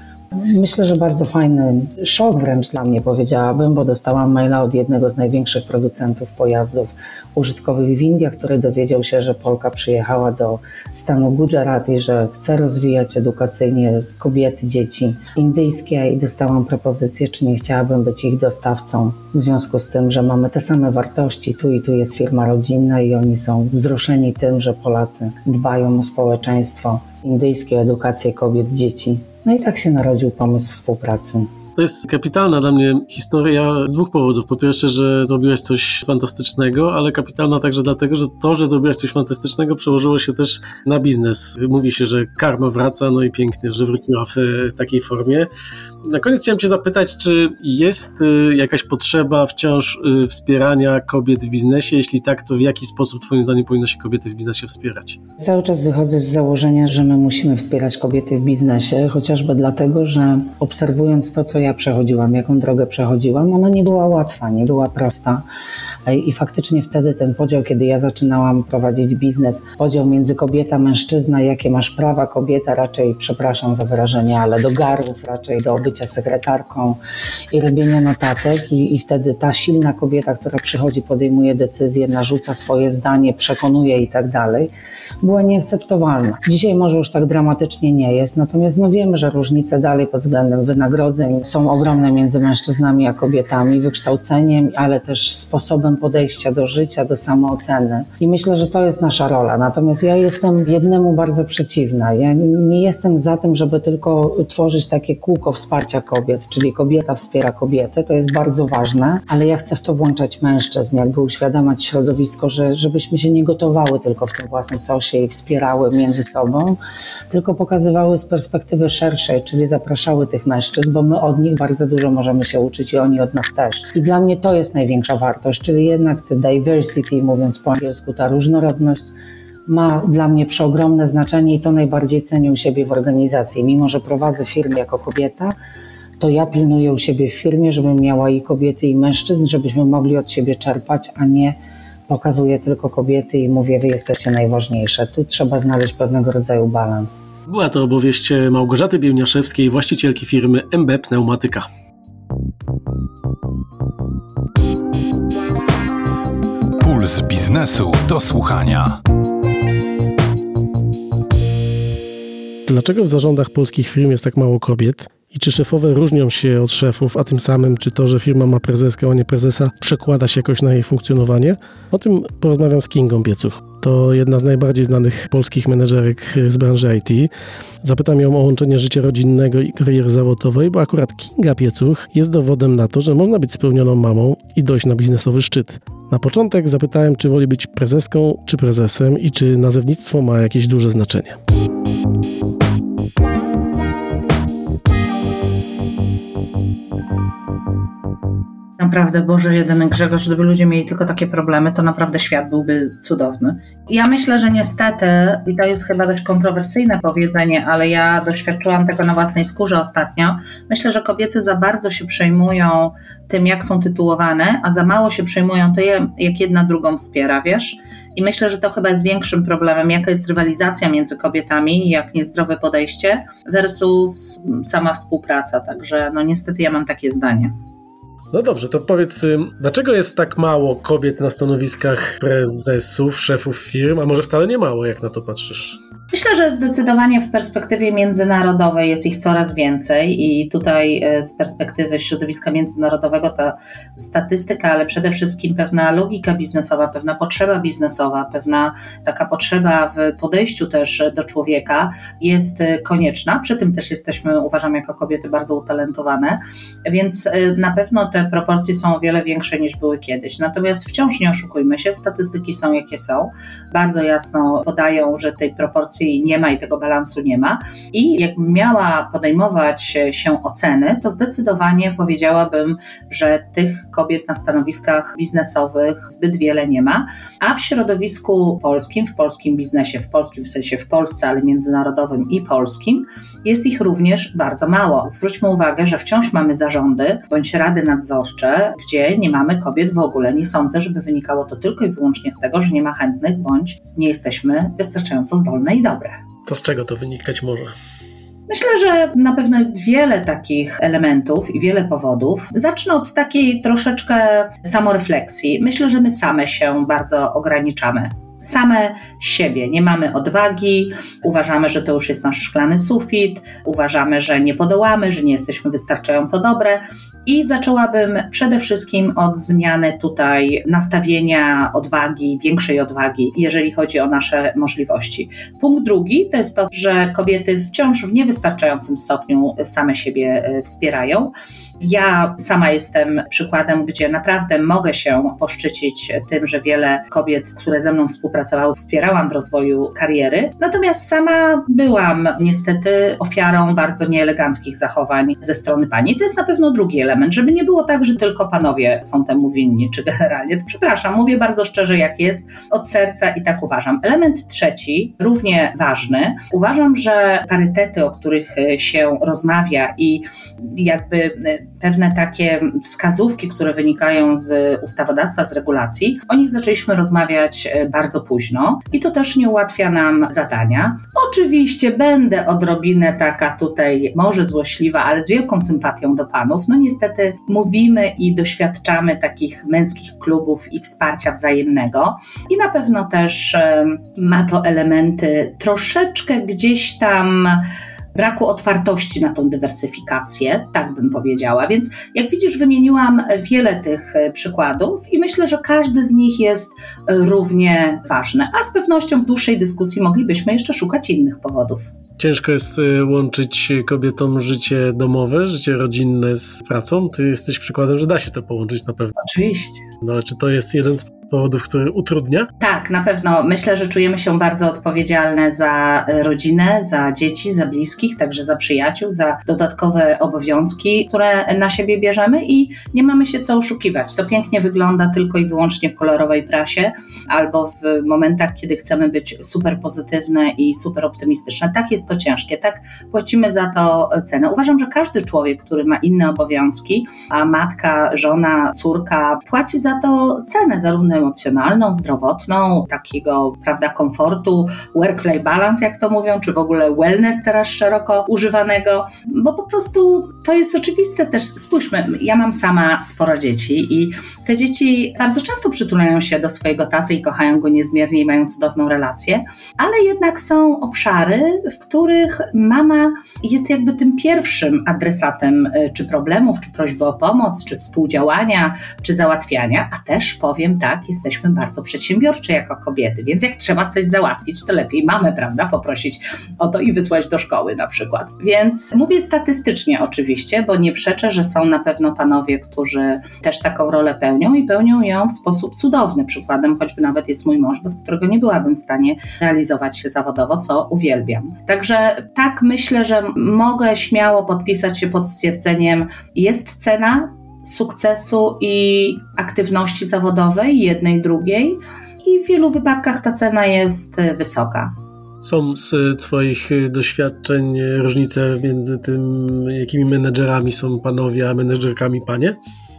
Myślę, że bardzo fajny szok wręcz dla mnie, powiedziałabym, bo dostałam maila od jednego z największych producentów pojazdów użytkowych w Indiach, który dowiedział się, że Polka przyjechała do stanu Gujarat i że chce rozwijać edukacyjnie kobiety, dzieci indyjskie i dostałam propozycję, czy nie chciałabym być ich dostawcą w związku z tym, że mamy te same wartości, tu i tu jest firma rodzinna i oni są wzruszeni tym, że Polacy dbają o społeczeństwo indyjskie, o edukację kobiet, dzieci. No i tak się narodził pomysł współpracy. To jest kapitalna dla mnie historia z dwóch powodów. Po pierwsze, że zrobiłaś coś fantastycznego, ale kapitalna także dlatego, że to, że zrobiłaś coś fantastycznego, przełożyło się też na biznes. Mówi się, że karma wraca, no i pięknie, że wróciła w takiej formie. Na koniec chciałem Cię zapytać, czy jest jakaś potrzeba wciąż wspierania kobiet w biznesie? Jeśli tak, to w jaki sposób Twoim zdaniem powinno się kobiety w biznesie wspierać? Cały czas wychodzę z założenia, że my musimy wspierać kobiety w biznesie, chociażby dlatego, że obserwując to, co ja przechodziłam, jaką drogę przechodziłam. Ona nie była łatwa, nie była prosta. I faktycznie wtedy ten podział, kiedy ja zaczynałam prowadzić biznes, podział między kobieta, mężczyzna, jakie masz prawa, kobieta raczej, przepraszam za wyrażenie, ale do garów, raczej do bycia sekretarką i robienia notatek i wtedy ta silna kobieta, która przychodzi, podejmuje decyzje, narzuca swoje zdanie, przekonuje i tak dalej, była nieakceptowalna. Dzisiaj może już tak dramatycznie nie jest, natomiast wiemy, że różnice dalej pod względem wynagrodzeń są ogromne między mężczyznami a kobietami, wykształceniem, ale też sposobem podejścia do życia, do samooceny. I myślę, że to jest nasza rola. Natomiast ja jestem jednemu bardzo przeciwna. Ja nie jestem za tym, żeby tylko tworzyć takie kółko wsparcia kobiet, czyli kobieta wspiera kobietę, to jest bardzo ważne, ale ja chcę w to włączać mężczyzn, jakby uświadamiać środowisko, żebyśmy się nie gotowały tylko w tym własnym sosie i wspierały między sobą, tylko pokazywały z perspektywy szerszej, czyli zapraszały tych mężczyzn, bo my od nich bardzo dużo możemy się uczyć i oni od nas też. I dla mnie to jest największa wartość, czyli jednak te diversity, mówiąc po angielsku, ta różnorodność ma dla mnie przeogromne znaczenie i to najbardziej cenię u siebie w organizacji. Mimo że prowadzę firmę jako kobieta, to ja pilnuję u siebie w firmie, żebym miała i kobiety, i mężczyzn, żebyśmy mogli od siebie czerpać, a nie pokazuję tylko kobiety i mówię, wy jesteście najważniejsze. Tu trzeba znaleźć pewnego rodzaju balans. Była to opowieść Małgorzaty Bielniaszewskiej, właścicielki firmy MB Pneumatyka. Puls biznesu do słuchania. Dlaczego w zarządach polskich firm jest tak mało kobiet? I czy szefowe różnią się od szefów, a tym samym czy to, że firma ma prezeskę, a nie prezesa, przekłada się jakoś na jej funkcjonowanie? O tym porozmawiam z Kingą Piecuch. To jedna z najbardziej znanych polskich menedżerek z branży IT. Zapytam ją o łączenie życia rodzinnego i kariery zawodowej, bo akurat Kinga Piecuch jest dowodem na to, że można być spełnioną mamą i dojść na biznesowy szczyt. Na początek zapytałem, czy woli być prezeską czy prezesem i czy nazewnictwo ma jakieś duże znaczenie. Naprawdę, Boże jedyny Grzegorz, gdyby ludzie mieli tylko takie problemy, to naprawdę świat byłby cudowny. Ja myślę, że niestety, i to jest chyba dość kontrowersyjne powiedzenie, ale ja doświadczyłam tego na własnej skórze ostatnio, myślę, że kobiety za bardzo się przejmują tym, jak są tytułowane, a za mało się przejmują tym, jak jedna drugą wspiera, wiesz? I myślę, że to chyba jest większym problemem, jaka jest rywalizacja między kobietami, jak niezdrowe podejście versus sama współpraca. Także niestety ja mam takie zdanie. No dobrze, to powiedz, dlaczego jest tak mało kobiet na stanowiskach prezesów, szefów firm, a może wcale nie mało, jak na to patrzysz? Myślę, że zdecydowanie w perspektywie międzynarodowej jest ich coraz więcej i tutaj z perspektywy środowiska międzynarodowego ta statystyka, ale przede wszystkim pewna logika biznesowa, pewna potrzeba biznesowa, pewna taka potrzeba w podejściu też do człowieka jest konieczna. Przy tym też jesteśmy, uważam, jako kobiety bardzo utalentowane, więc na pewno te proporcje są o wiele większe niż były kiedyś. Natomiast wciąż nie oszukujmy się, statystyki są jakie są. Bardzo jasno podają, że tej proporcji nie ma i tego balansu nie ma. I jakbym miała podejmować się oceny, to zdecydowanie powiedziałabym, że tych kobiet na stanowiskach biznesowych zbyt wiele nie ma, a w środowisku polskim, w polskim biznesie, w polskim w sensie w Polsce, ale międzynarodowym i polskim, jest ich również bardzo mało. Zwróćmy uwagę, że wciąż mamy zarządy bądź rady nadzorcze, gdzie nie mamy kobiet w ogóle. Nie sądzę, żeby wynikało to tylko i wyłącznie z tego, że nie ma chętnych bądź nie jesteśmy wystarczająco zdolne i dobre. To z czego to wynikać może? Myślę, że na pewno jest wiele takich elementów i wiele powodów. Zacznę od takiej troszeczkę samorefleksji. Myślę, że my same się bardzo ograniczamy. Same siebie. Nie mamy odwagi, uważamy, że to już jest nasz szklany sufit, uważamy, że nie podołamy, że nie jesteśmy wystarczająco dobre i zaczęłabym przede wszystkim od zmiany tutaj nastawienia, odwagi, większej odwagi, jeżeli chodzi o nasze możliwości. Punkt drugi to jest to, że kobiety wciąż w niewystarczającym stopniu same siebie wspierają. Ja sama jestem przykładem, gdzie naprawdę mogę się poszczycić tym, że wiele kobiet, które ze mną współpracowały, wspierałam w rozwoju kariery. Natomiast sama byłam niestety ofiarą bardzo nieeleganckich zachowań ze strony pani. To jest na pewno drugi element, żeby nie było tak, że tylko panowie są temu winni, czy generalnie. Przepraszam, mówię bardzo szczerze jak jest, od serca i tak uważam. Element trzeci, równie ważny. Uważam, że parytety, o których się rozmawia i jakby pewne takie wskazówki, które wynikają z ustawodawstwa, z regulacji, o nich zaczęliśmy rozmawiać bardzo późno i to też nie ułatwia nam zadania. Oczywiście będę odrobinę taka tutaj może złośliwa, ale z wielką sympatią do panów. No niestety mówimy i doświadczamy takich męskich klubów i wsparcia wzajemnego i na pewno też ma to elementy troszeczkę gdzieś tam braku otwartości na tą dywersyfikację, tak bym powiedziała. Więc jak widzisz, wymieniłam wiele tych przykładów i myślę, że każdy z nich jest równie ważny. A z pewnością w dłuższej dyskusji moglibyśmy jeszcze szukać innych powodów. Ciężko jest łączyć kobietom życie domowe, życie rodzinne z pracą. Ty jesteś przykładem, że da się to połączyć na pewno. Oczywiście. No ale czy to jest jeden z powodów, który utrudnia? Tak, na pewno. Myślę, że czujemy się bardzo odpowiedzialne za rodzinę, za dzieci, za bliskich, także za przyjaciół, za dodatkowe obowiązki, które na siebie bierzemy i nie mamy się co oszukiwać. To pięknie wygląda tylko i wyłącznie w kolorowej prasie albo w momentach, kiedy chcemy być super pozytywne i super optymistyczne. Tak jest to ciężkie, tak płacimy za to cenę. Uważam, że każdy człowiek, który ma inne obowiązki, a matka, żona, córka, płaci za to cenę, zarówno emocjonalną, zdrowotną, takiego, prawda, komfortu, work-life balance, jak to mówią, czy w ogóle wellness teraz szeroko używanego, bo po prostu to jest oczywiste też. Spójrzmy, ja mam sama sporo dzieci i te dzieci bardzo często przytulają się do swojego taty i kochają go niezmiernie i mają cudowną relację, ale jednak są obszary, w których mama jest jakby tym pierwszym adresatem czy problemów, czy prośby o pomoc, czy współdziałania, czy załatwiania, a też powiem tak, jesteśmy bardzo przedsiębiorcze jako kobiety, więc jak trzeba coś załatwić, to lepiej mamę, prawda, poprosić o to i wysłać do szkoły na przykład. Więc mówię statystycznie oczywiście, bo nie przeczę, że są na pewno panowie, którzy też taką rolę pełnią i pełnią ją w sposób cudowny. Przykładem choćby nawet jest mój mąż, bez którego nie byłabym w stanie realizować się zawodowo, co uwielbiam. Także tak myślę, że mogę śmiało podpisać się pod stwierdzeniem, jest cena sukcesu i aktywności zawodowej, jednej, drugiej, i w wielu wypadkach ta cena jest wysoka. Są z twoich doświadczeń różnice między tym, jakimi menedżerami są panowie, a menedżerkami panie?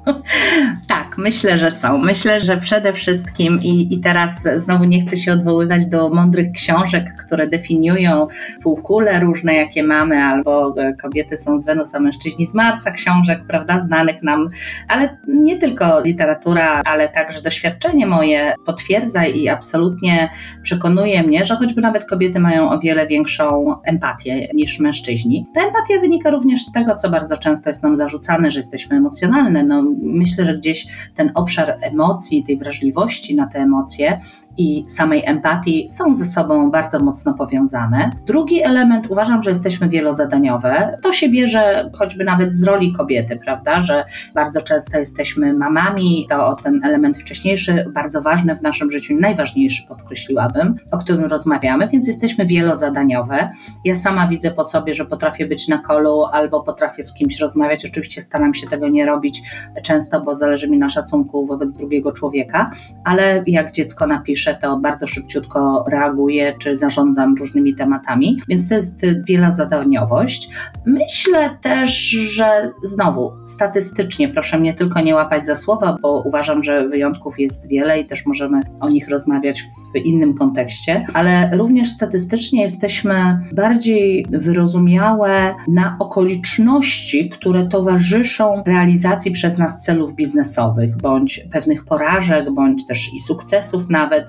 Tak, myślę, że są. Myślę, że przede wszystkim i teraz znowu nie chcę się odwoływać do mądrych książek, które definiują półkule różne, jakie mamy, albo kobiety są z Wenusa, mężczyźni z Marsa, książek, prawda, znanych nam, ale nie tylko literatura, ale także doświadczenie moje potwierdza i absolutnie przekonuje mnie, że choćby nawet kobiety mają o wiele większą empatię niż mężczyźni. Ta empatia wynika również z tego, co bardzo często jest nam zarzucane, że jesteśmy emocjonalne. No, myślę, że gdzieś ten obszar emocji, tej wrażliwości na te emocje i samej empatii są ze sobą bardzo mocno powiązane. Drugi element, uważam, że jesteśmy wielozadaniowe. To się bierze choćby nawet z roli kobiety, prawda, że bardzo często jesteśmy mamami, to ten element wcześniejszy, bardzo ważny w naszym życiu, najważniejszy podkreśliłabym, o którym rozmawiamy, więc jesteśmy wielozadaniowe. Ja sama widzę po sobie, że potrafię być na kolu albo potrafię z kimś rozmawiać. Oczywiście staram się tego nie robić często, bo zależy mi na szacunku wobec drugiego człowieka, ale jak dziecko napisze, to bardzo szybciutko reaguję, czy zarządzam różnymi tematami, więc to jest wielozadaniowość. Myślę też, że znowu statystycznie, proszę mnie tylko nie łapać za słowa, bo uważam, że wyjątków jest wiele i też możemy o nich rozmawiać w innym kontekście, ale również statystycznie jesteśmy bardziej wyrozumiałe na okoliczności, które towarzyszą realizacji przez nas celów biznesowych, bądź pewnych porażek, bądź też i sukcesów nawet.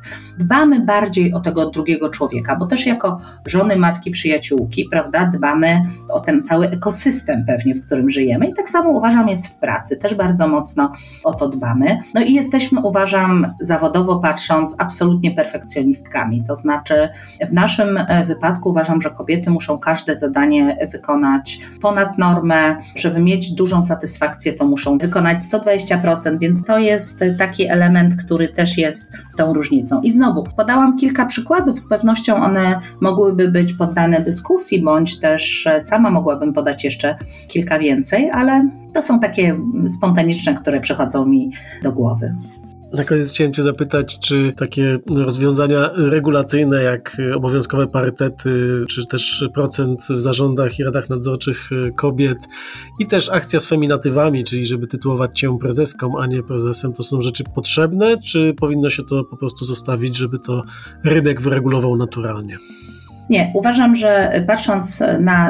Dbamy bardziej o tego drugiego człowieka, bo też jako żony, matki, przyjaciółki, prawda, dbamy o ten cały ekosystem pewnie, w którym żyjemy i tak samo uważam jest w pracy, też bardzo mocno o to dbamy. No i jesteśmy, uważam, zawodowo patrząc, absolutnie perfekcjonistkami, to znaczy w naszym wypadku uważam, że kobiety muszą każde zadanie wykonać ponad normę, żeby mieć dużą satysfakcję, to muszą wykonać 120%, więc to jest taki element, który też jest tą różnicą. I znowu, podałam kilka przykładów, z pewnością one mogłyby być poddane dyskusji, bądź też sama mogłabym podać jeszcze kilka więcej, ale to są takie spontaniczne, które przychodzą mi do głowy. Na koniec chciałem Cię zapytać, czy takie rozwiązania regulacyjne jak obowiązkowe parytety, czy też procent w zarządach i radach nadzorczych kobiet i też akcja z feminatywami, czyli żeby tytułować Cię prezeską, a nie prezesem, to są rzeczy potrzebne, czy powinno się to po prostu zostawić, żeby to rynek wyregulował naturalnie? Nie, uważam, że patrząc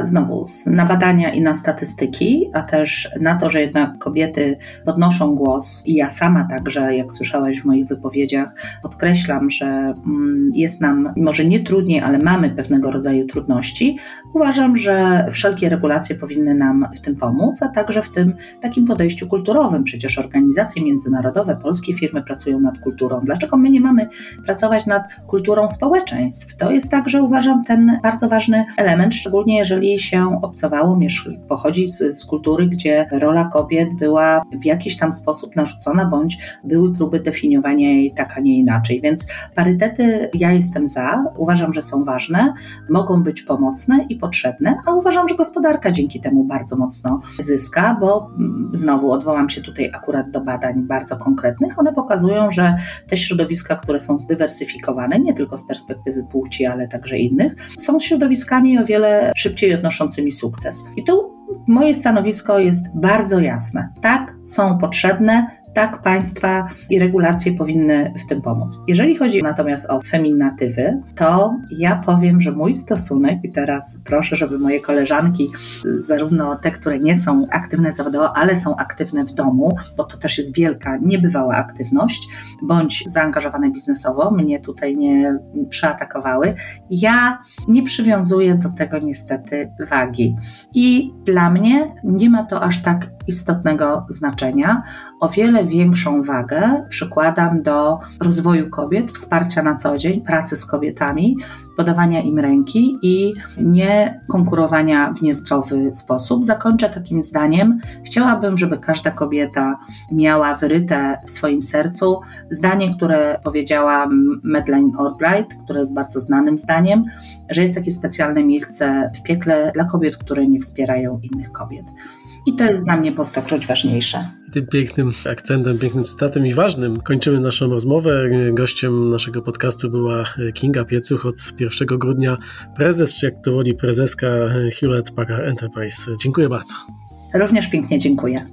na badania i na statystyki, a też na to, że jednak kobiety podnoszą głos i ja sama także, jak słyszałaś w moich wypowiedziach, podkreślam, że jest nam może nie trudniej, ale mamy pewnego rodzaju trudności. Uważam, że wszelkie regulacje powinny nam w tym pomóc, a także w tym takim podejściu kulturowym. Przecież organizacje międzynarodowe, polskie firmy pracują nad kulturą. Dlaczego my nie mamy pracować nad kulturą społeczeństw? To jest także, uważam, ten bardzo ważny element, szczególnie jeżeli się obcowało, pochodzi z kultury, gdzie rola kobiet była w jakiś tam sposób narzucona, bądź były próby definiowania jej tak, a nie inaczej. Więc parytety ja jestem za, uważam, że są ważne, mogą być pomocne i potrzebne, a uważam, że gospodarka dzięki temu bardzo mocno zyska, bo znowu odwołam się tutaj akurat do badań bardzo konkretnych. One pokazują, że te środowiska, które są zdywersyfikowane, nie tylko z perspektywy płci, ale także innych, są środowiskami o wiele szybciej odnoszącymi sukces. I tu moje stanowisko jest bardzo jasne. Tak, są potrzebne, tak państwa i regulacje powinny w tym pomóc. Jeżeli chodzi natomiast o feminatywy, to ja powiem, że mój stosunek, i teraz proszę, żeby moje koleżanki, zarówno te, które nie są aktywne zawodowo, ale są aktywne w domu, bo to też jest wielka, niebywała aktywność, bądź zaangażowane biznesowo, mnie tutaj nie przeatakowały, ja nie przywiązuję do tego niestety wagi. I dla mnie nie ma to aż tak istotnego znaczenia. O wiele większą wagę przykładam do rozwoju kobiet, wsparcia na co dzień, pracy z kobietami, podawania im ręki i nie konkurowania w niezdrowy sposób. Zakończę takim zdaniem. Chciałabym, żeby każda kobieta miała wyryte w swoim sercu zdanie, które powiedziała Madeleine Albright, które jest bardzo znanym zdaniem, że jest takie specjalne miejsce w piekle dla kobiet, które nie wspierają innych kobiet. I to jest dla mnie po stokroć ważniejsze. Tym pięknym akcentem, pięknym cytatem i ważnym kończymy naszą rozmowę. Gościem naszego podcastu była Kinga Piecuch, od 1 grudnia prezes, czy jak to woli prezeska Hewlett-Packard Enterprise. Dziękuję bardzo. Również pięknie dziękuję.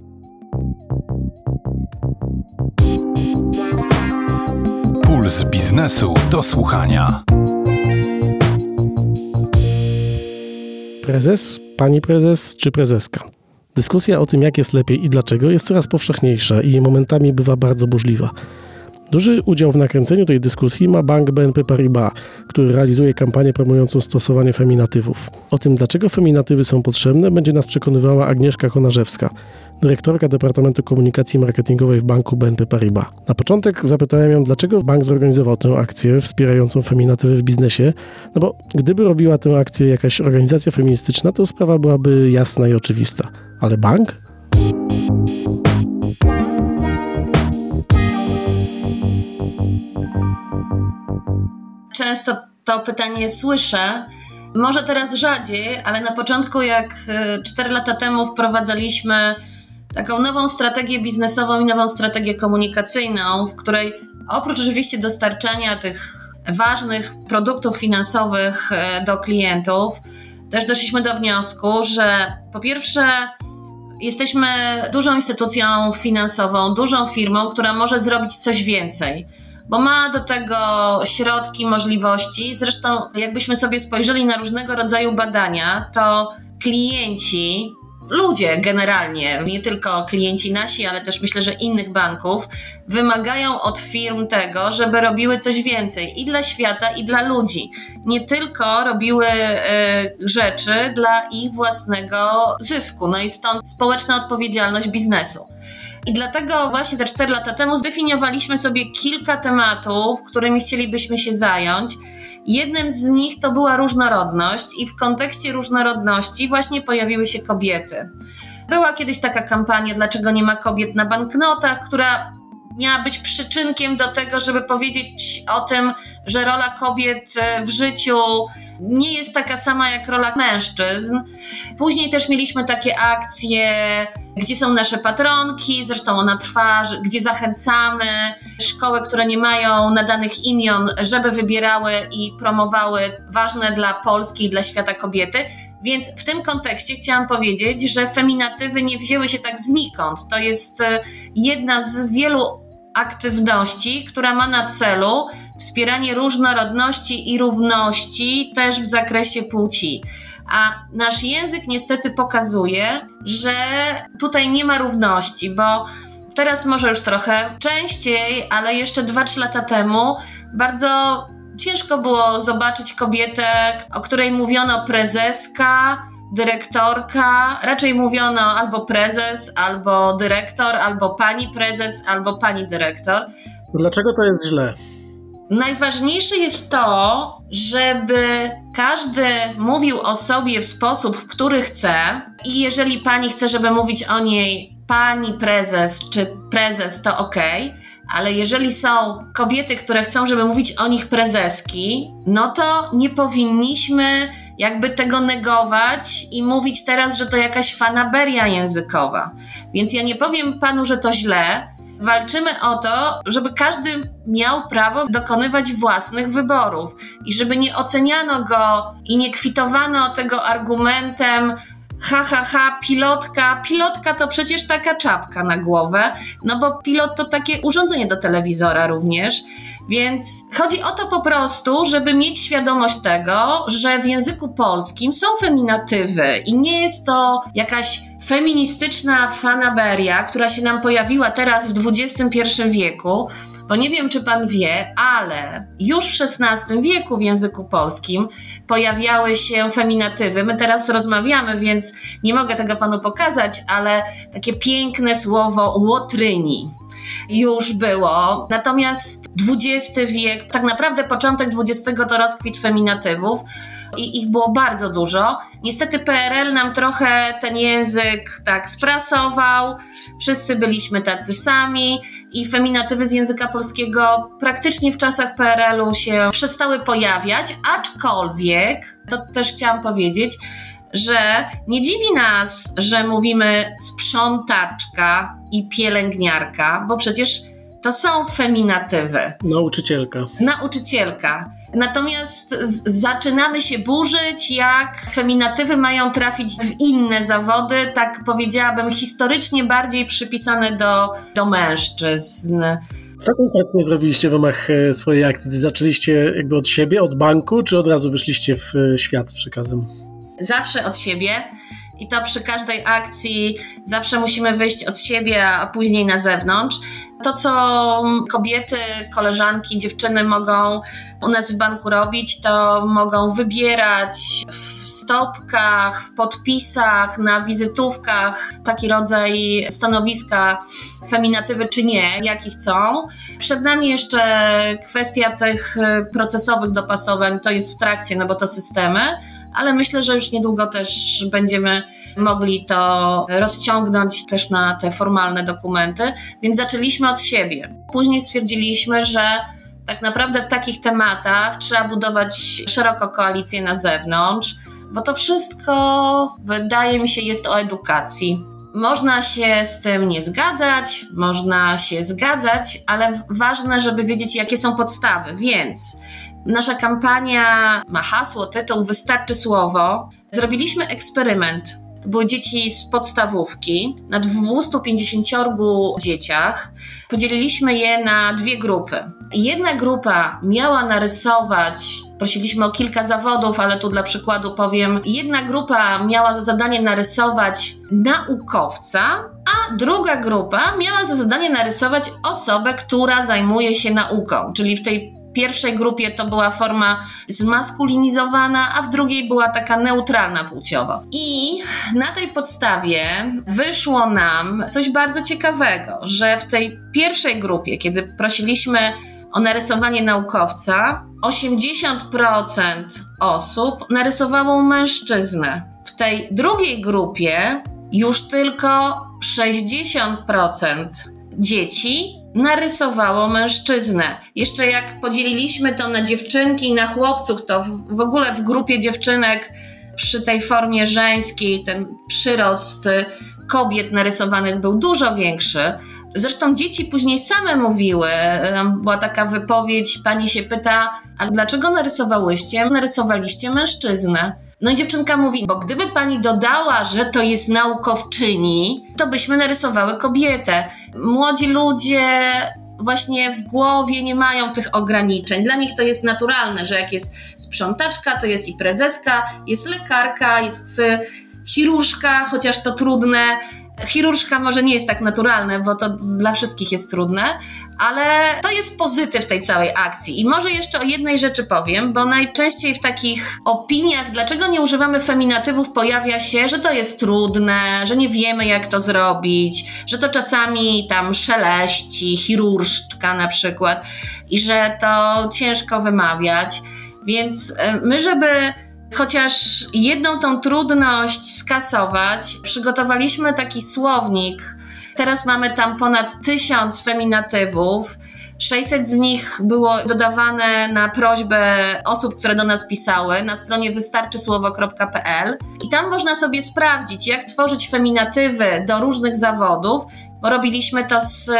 Puls biznesu do słuchania. Prezes, pani prezes czy prezeska? Dyskusja o tym, jak jest lepiej i dlaczego, jest coraz powszechniejsza i momentami bywa bardzo burzliwa. Duży udział w nakręceniu tej dyskusji ma bank BNP Paribas, który realizuje kampanię promującą stosowanie feminatywów. O tym, dlaczego feminatywy są potrzebne, będzie nas przekonywała Agnieszka Konarzewska, dyrektorka Departamentu Komunikacji Marketingowej w banku BNP Paribas. Na początek zapytałem ją, dlaczego bank zorganizował tę akcję wspierającą feminatywy w biznesie, no bo gdyby robiła tę akcję jakaś organizacja feministyczna, to sprawa byłaby jasna i oczywista. Ale bank? Często to pytanie słyszę, może teraz rzadziej, ale na początku jak 4 lata temu wprowadzaliśmy taką nową strategię biznesową i nową strategię komunikacyjną, w której oprócz oczywiście dostarczania tych ważnych produktów finansowych do klientów, też doszliśmy do wniosku, że po pierwsze jesteśmy dużą instytucją finansową, dużą firmą, która może zrobić coś więcej, bo ma do tego środki, możliwości. Zresztą jakbyśmy sobie spojrzeli na różnego rodzaju badania, to klienci ludzie generalnie, nie tylko klienci nasi, ale też myślę, że innych banków, wymagają od firm tego, żeby robiły coś więcej i dla świata, i dla ludzi. Nie tylko robiły rzeczy dla ich własnego zysku. No i stąd społeczna odpowiedzialność biznesu. I dlatego właśnie te 4 lata temu zdefiniowaliśmy sobie kilka tematów, którymi chcielibyśmy się zająć. Jednym z nich to była różnorodność i w kontekście różnorodności właśnie pojawiły się kobiety. Była kiedyś taka kampania "Dlaczego nie ma kobiet na banknotach?", która miała być przyczynkiem do tego, żeby powiedzieć o tym, że rola kobiet w życiu nie jest taka sama jak rola mężczyzn. Później też mieliśmy takie akcje, gdzie są nasze patronki, zresztą ona trwa, gdzie zachęcamy szkoły, które nie mają nadanych imion, żeby wybierały i promowały ważne dla Polski i dla świata kobiety. Więc w tym kontekście chciałam powiedzieć, że feminatywy nie wzięły się tak znikąd. To jest jedna z wielu aktywności, która ma na celu wspieranie różnorodności i równości też w zakresie płci. A nasz język niestety pokazuje, że tutaj nie ma równości, bo teraz może już trochę częściej, ale jeszcze 2-3 lata temu bardzo ciężko było zobaczyć kobietę, o której mówiono prezeska, dyrektorka, raczej mówiono albo prezes, albo dyrektor, albo pani prezes, albo pani dyrektor. Dlaczego to jest źle? Najważniejsze jest to, żeby każdy mówił o sobie w sposób, w który chce i jeżeli pani chce, żeby mówić o niej pani prezes czy prezes, to okej. Ale jeżeli są kobiety, które chcą, żeby mówić o nich prezeski, no to nie powinniśmy jakby tego negować i mówić teraz, że to jakaś fanaberia językowa. Więc ja nie powiem panu, że to źle. Walczymy o to, żeby każdy miał prawo dokonywać własnych wyborów i żeby nie oceniano go i nie kwitowano tego argumentem pilotka to przecież taka czapka na głowę, no bo pilot to takie urządzenie do telewizora również, więc chodzi o to po prostu, żeby mieć świadomość tego, że w języku polskim są feminatywy i nie jest to jakaś feministyczna fanaberia, która się nam pojawiła teraz w XXI wieku, bo nie wiem, czy pan wie, ale już w XVI wieku w języku polskim pojawiały się feminatywy. My teraz rozmawiamy, więc nie mogę tego panu pokazać, ale takie piękne słowo łotryni już było. Natomiast XX wiek, tak naprawdę początek XX to rozkwit feminatywów i ich było bardzo dużo. Niestety PRL nam trochę ten język tak sprasował, wszyscy byliśmy tacy sami i feminatywy z języka polskiego praktycznie w czasach PRL-u się przestały pojawiać, aczkolwiek, to też chciałam powiedzieć, że nie dziwi nas, że mówimy sprzątaczka i pielęgniarka, bo przecież to są feminatywy. Nauczycielka. Natomiast zaczynamy się burzyć, jak feminatywy mają trafić w inne zawody, tak powiedziałabym historycznie bardziej przypisane do mężczyzn. Co konkretnie zrobiliście w ramach swojej akcji? Zaczęliście jakby od siebie, od banku, czy od razu wyszliście w świat z przekazem? Zawsze od siebie i to przy każdej akcji zawsze musimy wyjść od siebie, a później na zewnątrz. To, co kobiety, koleżanki, dziewczyny mogą u nas w banku robić, to mogą wybierać w stopkach, w podpisach, na wizytówkach taki rodzaj stanowiska, feminatywy czy nie, jaki chcą. Przed nami jeszcze kwestia tych procesowych dopasowań, to jest w trakcie, no bo to systemy, ale myślę, że już niedługo też będziemy mogli to rozciągnąć też na te formalne dokumenty, więc zaczęliśmy od siebie. Później stwierdziliśmy, że tak naprawdę w takich tematach trzeba budować szeroko koalicję na zewnątrz, bo to wszystko, wydaje mi się, jest o edukacji. Można się z tym nie zgadzać, można się zgadzać, ale ważne, żeby wiedzieć, jakie są podstawy, więc nasza kampania ma hasło, tytuł "Wystarczy słowo". Zrobiliśmy eksperyment. To były dzieci z podstawówki, na 250 dzieciach. Podzieliliśmy je na 2 grupy. Jedna grupa miała narysować, prosiliśmy o kilka zawodów, ale tu dla przykładu powiem, jedna grupa miała za zadanie narysować naukowca, a druga grupa miała za zadanie narysować osobę, która zajmuje się nauką, czyli w tej pierwszej grupie to była forma zmaskulinizowana, a w drugiej była taka neutralna płciowo. I na tej podstawie wyszło nam coś bardzo ciekawego, że w tej pierwszej grupie, kiedy prosiliśmy o narysowanie naukowca, 80% osób narysowało mężczyznę. W tej drugiej grupie już tylko 60% dzieci narysowało mężczyznę. Jeszcze jak podzieliliśmy to na dziewczynki i na chłopców, to w ogóle w grupie dziewczynek przy tej formie żeńskiej ten przyrost kobiet narysowanych był dużo większy. Zresztą dzieci później same mówiły, była taka wypowiedź, pani się pyta, a dlaczego narysowaliście mężczyznę? No i dziewczynka mówi, bo gdyby pani dodała, że to jest naukowczyni, to byśmy narysowały kobietę. Młodzi ludzie właśnie w głowie nie mają tych ograniczeń. Dla nich to jest naturalne, że jak jest sprzątaczka, to jest i prezeska, jest lekarka, jest chirurżka, chociaż to trudne. Chirurżka może nie jest tak naturalne, bo to dla wszystkich jest trudne, ale to jest pozytyw tej całej akcji. I może jeszcze o jednej rzeczy powiem, bo najczęściej w takich opiniach, dlaczego nie używamy feminatywów, pojawia się, że to jest trudne, że nie wiemy jak to zrobić, że to czasami tam szeleści, chirurżka na przykład i że to ciężko wymawiać. Więc my, żeby chociaż jedną tą trudność skasować, przygotowaliśmy taki słownik. Teraz mamy tam ponad 1000 feminatywów. 600 z nich było dodawane na prośbę osób, które do nas pisały na stronie wystarczysłowo.pl i tam można sobie sprawdzić, jak tworzyć feminatywy do różnych zawodów, bo robiliśmy to z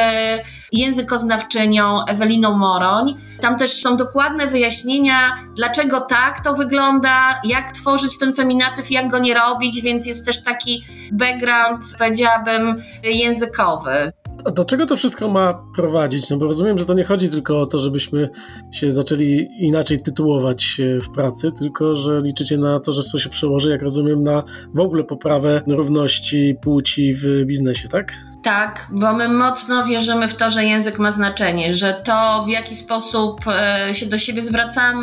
językoznawczynią Eweliną Moroń. Tam też są dokładne wyjaśnienia, dlaczego tak to wygląda, jak tworzyć ten feminatyw, jak go nie robić, więc jest też taki background, powiedziałabym, językowy. A do czego to wszystko ma prowadzić? No bo rozumiem, że to nie chodzi tylko o to, żebyśmy się zaczęli inaczej tytułować w pracy, tylko że liczycie na to, że to się przełoży, jak rozumiem, na w ogóle poprawę równości płci w biznesie, tak? Tak, bo my mocno wierzymy w to, że język ma znaczenie, że to w jaki sposób się do siebie zwracamy,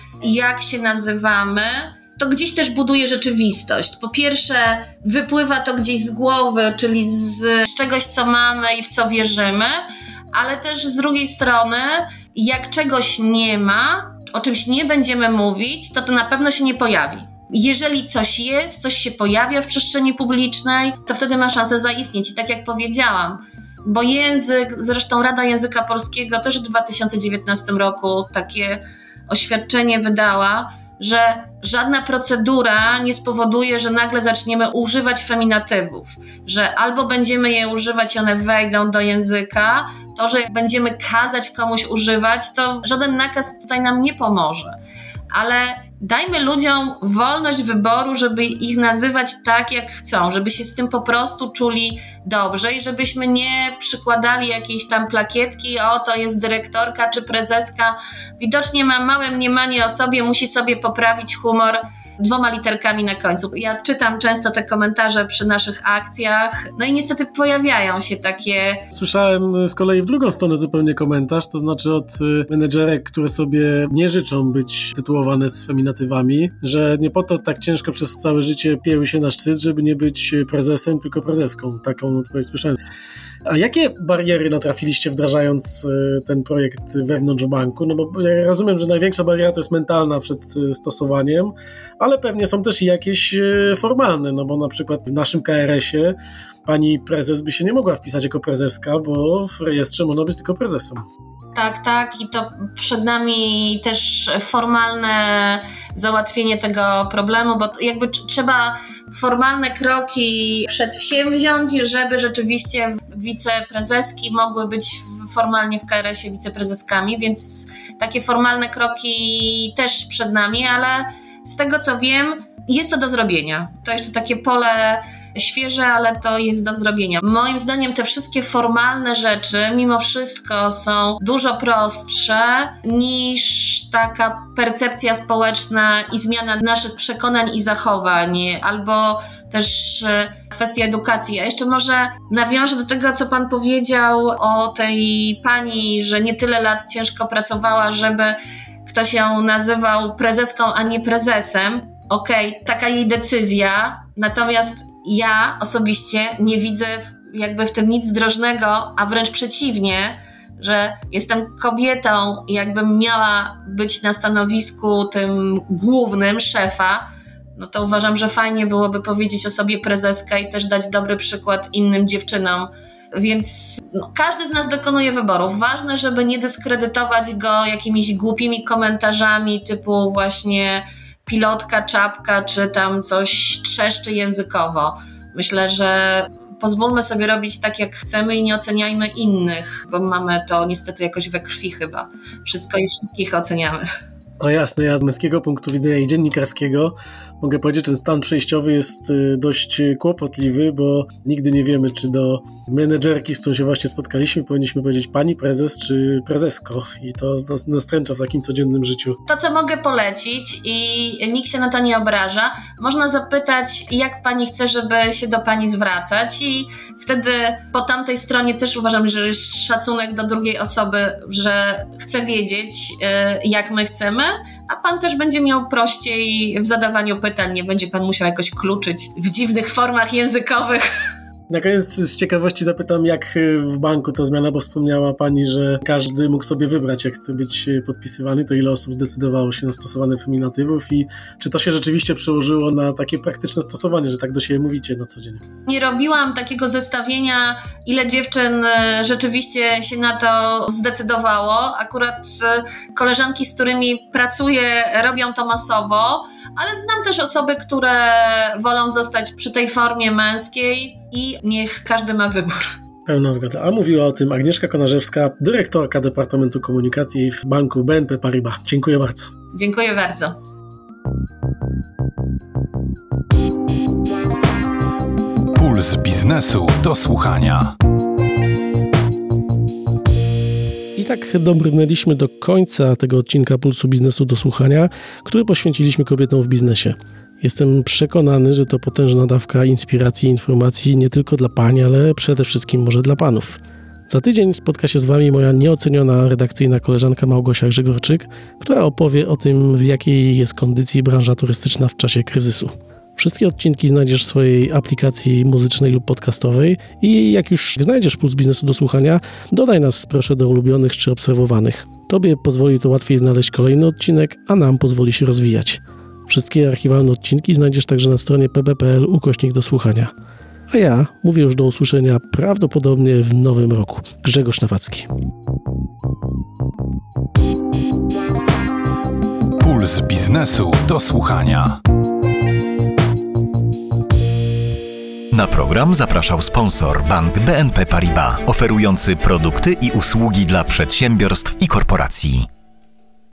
jak się nazywamy, to gdzieś też buduje rzeczywistość. Po pierwsze, wypływa to gdzieś z głowy, czyli z czegoś, co mamy i w co wierzymy, ale też z drugiej strony, jak czegoś nie ma, o czymś nie będziemy mówić, to na pewno się nie pojawi. Jeżeli coś jest, coś się pojawia w przestrzeni publicznej, to wtedy ma szansę zaistnieć. I tak jak powiedziałam, bo język, zresztą Rada Języka Polskiego też w 2019 roku takie oświadczenie wydała, że żadna procedura nie spowoduje, że nagle zaczniemy używać feminatywów, że albo będziemy je używać i one wejdą do języka, to, że będziemy kazać komuś używać, to żaden nakaz tutaj nam nie pomoże. Ale dajmy ludziom wolność wyboru, żeby ich nazywać tak, jak chcą, żeby się z tym po prostu czuli dobrze i żebyśmy nie przykładali jakiejś tam plakietki, o to jest dyrektorka czy prezeska, widocznie ma małe mniemanie o sobie, musi sobie poprawić humor 2 literkami na końcu. Ja czytam często te komentarze przy naszych akcjach, no i niestety pojawiają się takie... Słyszałem z kolei w drugą stronę zupełnie komentarz, to znaczy od menedżerek, które sobie nie życzą być tytułowane z feminatywami, że nie po to tak ciężko przez całe życie pięły się na szczyt, żeby nie być prezesem, tylko prezeską. Taką odpowiedź słyszałem. A jakie bariery natrafiliście wdrażając ten projekt wewnątrz banku? No bo ja rozumiem, że największa bariera to jest mentalna przed stosowaniem, ale pewnie są też i jakieś formalne, no bo na przykład w naszym KRS-ie pani prezes by się nie mogła wpisać jako prezeska, bo w rejestrze można być tylko prezesem. Tak, i to przed nami też formalne załatwienie tego problemu, bo jakby trzeba formalne kroki przedsięwziąć, żeby rzeczywiście wiceprezeski mogły być formalnie w KRS-ie wiceprezeskami, więc takie formalne kroki też przed nami, ale z tego co wiem, jest to do zrobienia. To jeszcze takie pole świeże, ale to jest do zrobienia. Moim zdaniem te wszystkie formalne rzeczy mimo wszystko są dużo prostsze niż taka percepcja społeczna i zmiana naszych przekonań i zachowań, albo też kwestia edukacji. A jeszcze może nawiążę do tego, co pan powiedział o tej pani, że nie tyle lat ciężko pracowała, żeby ktoś ją nazywał prezeską, a nie prezesem. Okej, taka jej decyzja, natomiast ja osobiście nie widzę jakby w tym nic zdrożnego, a wręcz przeciwnie, że jestem kobietą i jakbym miała być na stanowisku tym głównym szefa, no to uważam, że fajnie byłoby powiedzieć o sobie prezeska i też dać dobry przykład innym dziewczynom. Więc każdy z nas dokonuje wyborów. Ważne, żeby nie dyskredytować go jakimiś głupimi komentarzami typu właśnie pilotka, czapka, czy tam coś trzeszczy językowo. Myślę, że pozwólmy sobie robić tak, jak chcemy i nie oceniajmy innych, bo mamy to niestety jakoś we krwi chyba. Wszystko i wszystkich oceniamy. No jasne, ja z męskiego punktu widzenia i dziennikarskiego mogę powiedzieć, że ten stan przejściowy jest dość kłopotliwy, bo nigdy nie wiemy, czy do menedżerki, z którą się właśnie spotkaliśmy, powinniśmy powiedzieć pani prezes czy prezesko i to nas nastręcza w takim codziennym życiu. To, co mogę polecić i nikt się na to nie obraża, można zapytać, jak pani chce, żeby się do pani zwracać i wtedy po tamtej stronie też uważam, że jest szacunek do drugiej osoby, że chce wiedzieć, jak my chcemy, a pan też będzie miał prościej w zadawaniu pytań, nie będzie pan musiał jakoś kluczyć w dziwnych formach językowych. Na koniec z ciekawości zapytam, jak w banku ta zmiana, bo wspomniała pani, że każdy mógł sobie wybrać, jak chce być podpisywany, to ile osób zdecydowało się na stosowanie feminatywów i czy to się rzeczywiście przełożyło na takie praktyczne stosowanie, że tak do siebie mówicie na co dzień? Nie robiłam takiego zestawienia, ile dziewczyn rzeczywiście się na to zdecydowało. Akurat koleżanki, z którymi pracuję, robią to masowo, ale znam też osoby, które wolą zostać przy tej formie męskiej i niech każdy ma wybór. Pełna zgoda. A mówiła o tym Agnieszka Konarzewska, dyrektorka Departamentu Komunikacji w banku BNP Paribas. Dziękuję bardzo. Dziękuję bardzo. Puls biznesu do słuchania. I tak dobrnęliśmy do końca tego odcinka Pulsu Biznesu do słuchania, który poświęciliśmy kobietom w biznesie. Jestem przekonany, że to potężna dawka inspiracji i informacji nie tylko dla pań, ale przede wszystkim może dla panów. Za tydzień spotka się z wami moja nieoceniona redakcyjna koleżanka Małgosia Grzegorczyk, która opowie o tym, w jakiej jest kondycji branża turystyczna w czasie kryzysu. Wszystkie odcinki znajdziesz w swojej aplikacji muzycznej lub podcastowej i jak już znajdziesz Puls Biznesu do słuchania, dodaj nas proszę do ulubionych czy obserwowanych. Tobie pozwoli to łatwiej znaleźć kolejny odcinek, a nam pozwoli się rozwijać. Wszystkie archiwalne odcinki znajdziesz także na stronie pb.pl/do słuchania. A ja mówię już do usłyszenia prawdopodobnie w nowym roku. Grzegorz Nawacki. Puls biznesu do słuchania. Na program zapraszał sponsor bank BNP Paribas, oferujący produkty i usługi dla przedsiębiorstw i korporacji.